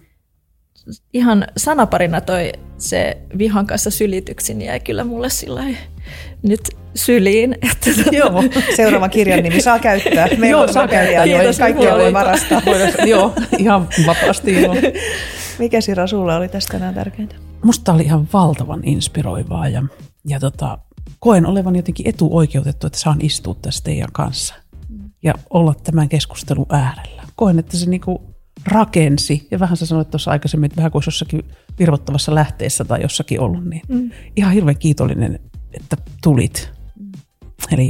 Ihan sanaparina toi se vihan kanssa sylityksin jäi kyllä mulle sillai nyt syliin. Että Joo, seuraavan kirjan nimi saa käyttää. Joo, saa käyttää. Kaikkia voi varastaa. Joo, ihan vapaasti. Joo. Mikä Sira sulle oli tästä tänään tärkeintä? Musta oli ihan valtavan inspiroivaa ja koen olevan jotenkin etuoikeutettu, että saan istua tässä teidän kanssa ja olla tämän keskustelun äärellä. Koen, että se niinku rakensi, ja vähän sä sanoit tuossa aikaisemmin, että vähän kuin olisi jossakin virvoittavassa lähteessä tai jossakin ollut, niin ihan hirveän kiitollinen, että tulit. Eli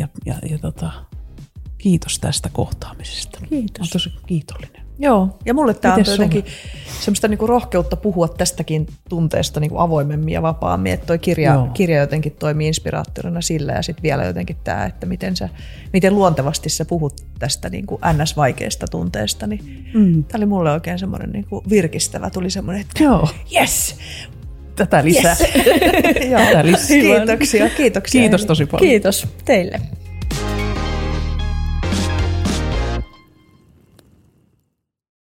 kiitos tästä kohtaamisesta. Kiitos. Olen tosi kiitollinen. Joo, ja mulle tämä on jotenkin semmoista niinku rohkeutta puhua tästäkin tunteesta niinku avoimemmin ja vapaammin, että toi kirja jotenkin toimii inspiraattorina sillä ja sitten vielä jotenkin tämä, että miten luontevasti sä puhut tästä niinku ns-vaikeasta tunteesta, niin tämä oli mulle oikein semmoinen niinku virkistävä, tuli semmoinen, että yes! Tätä lisää. Yes. Kiitoksia. Kiitos tosi paljon. Kiitos teille.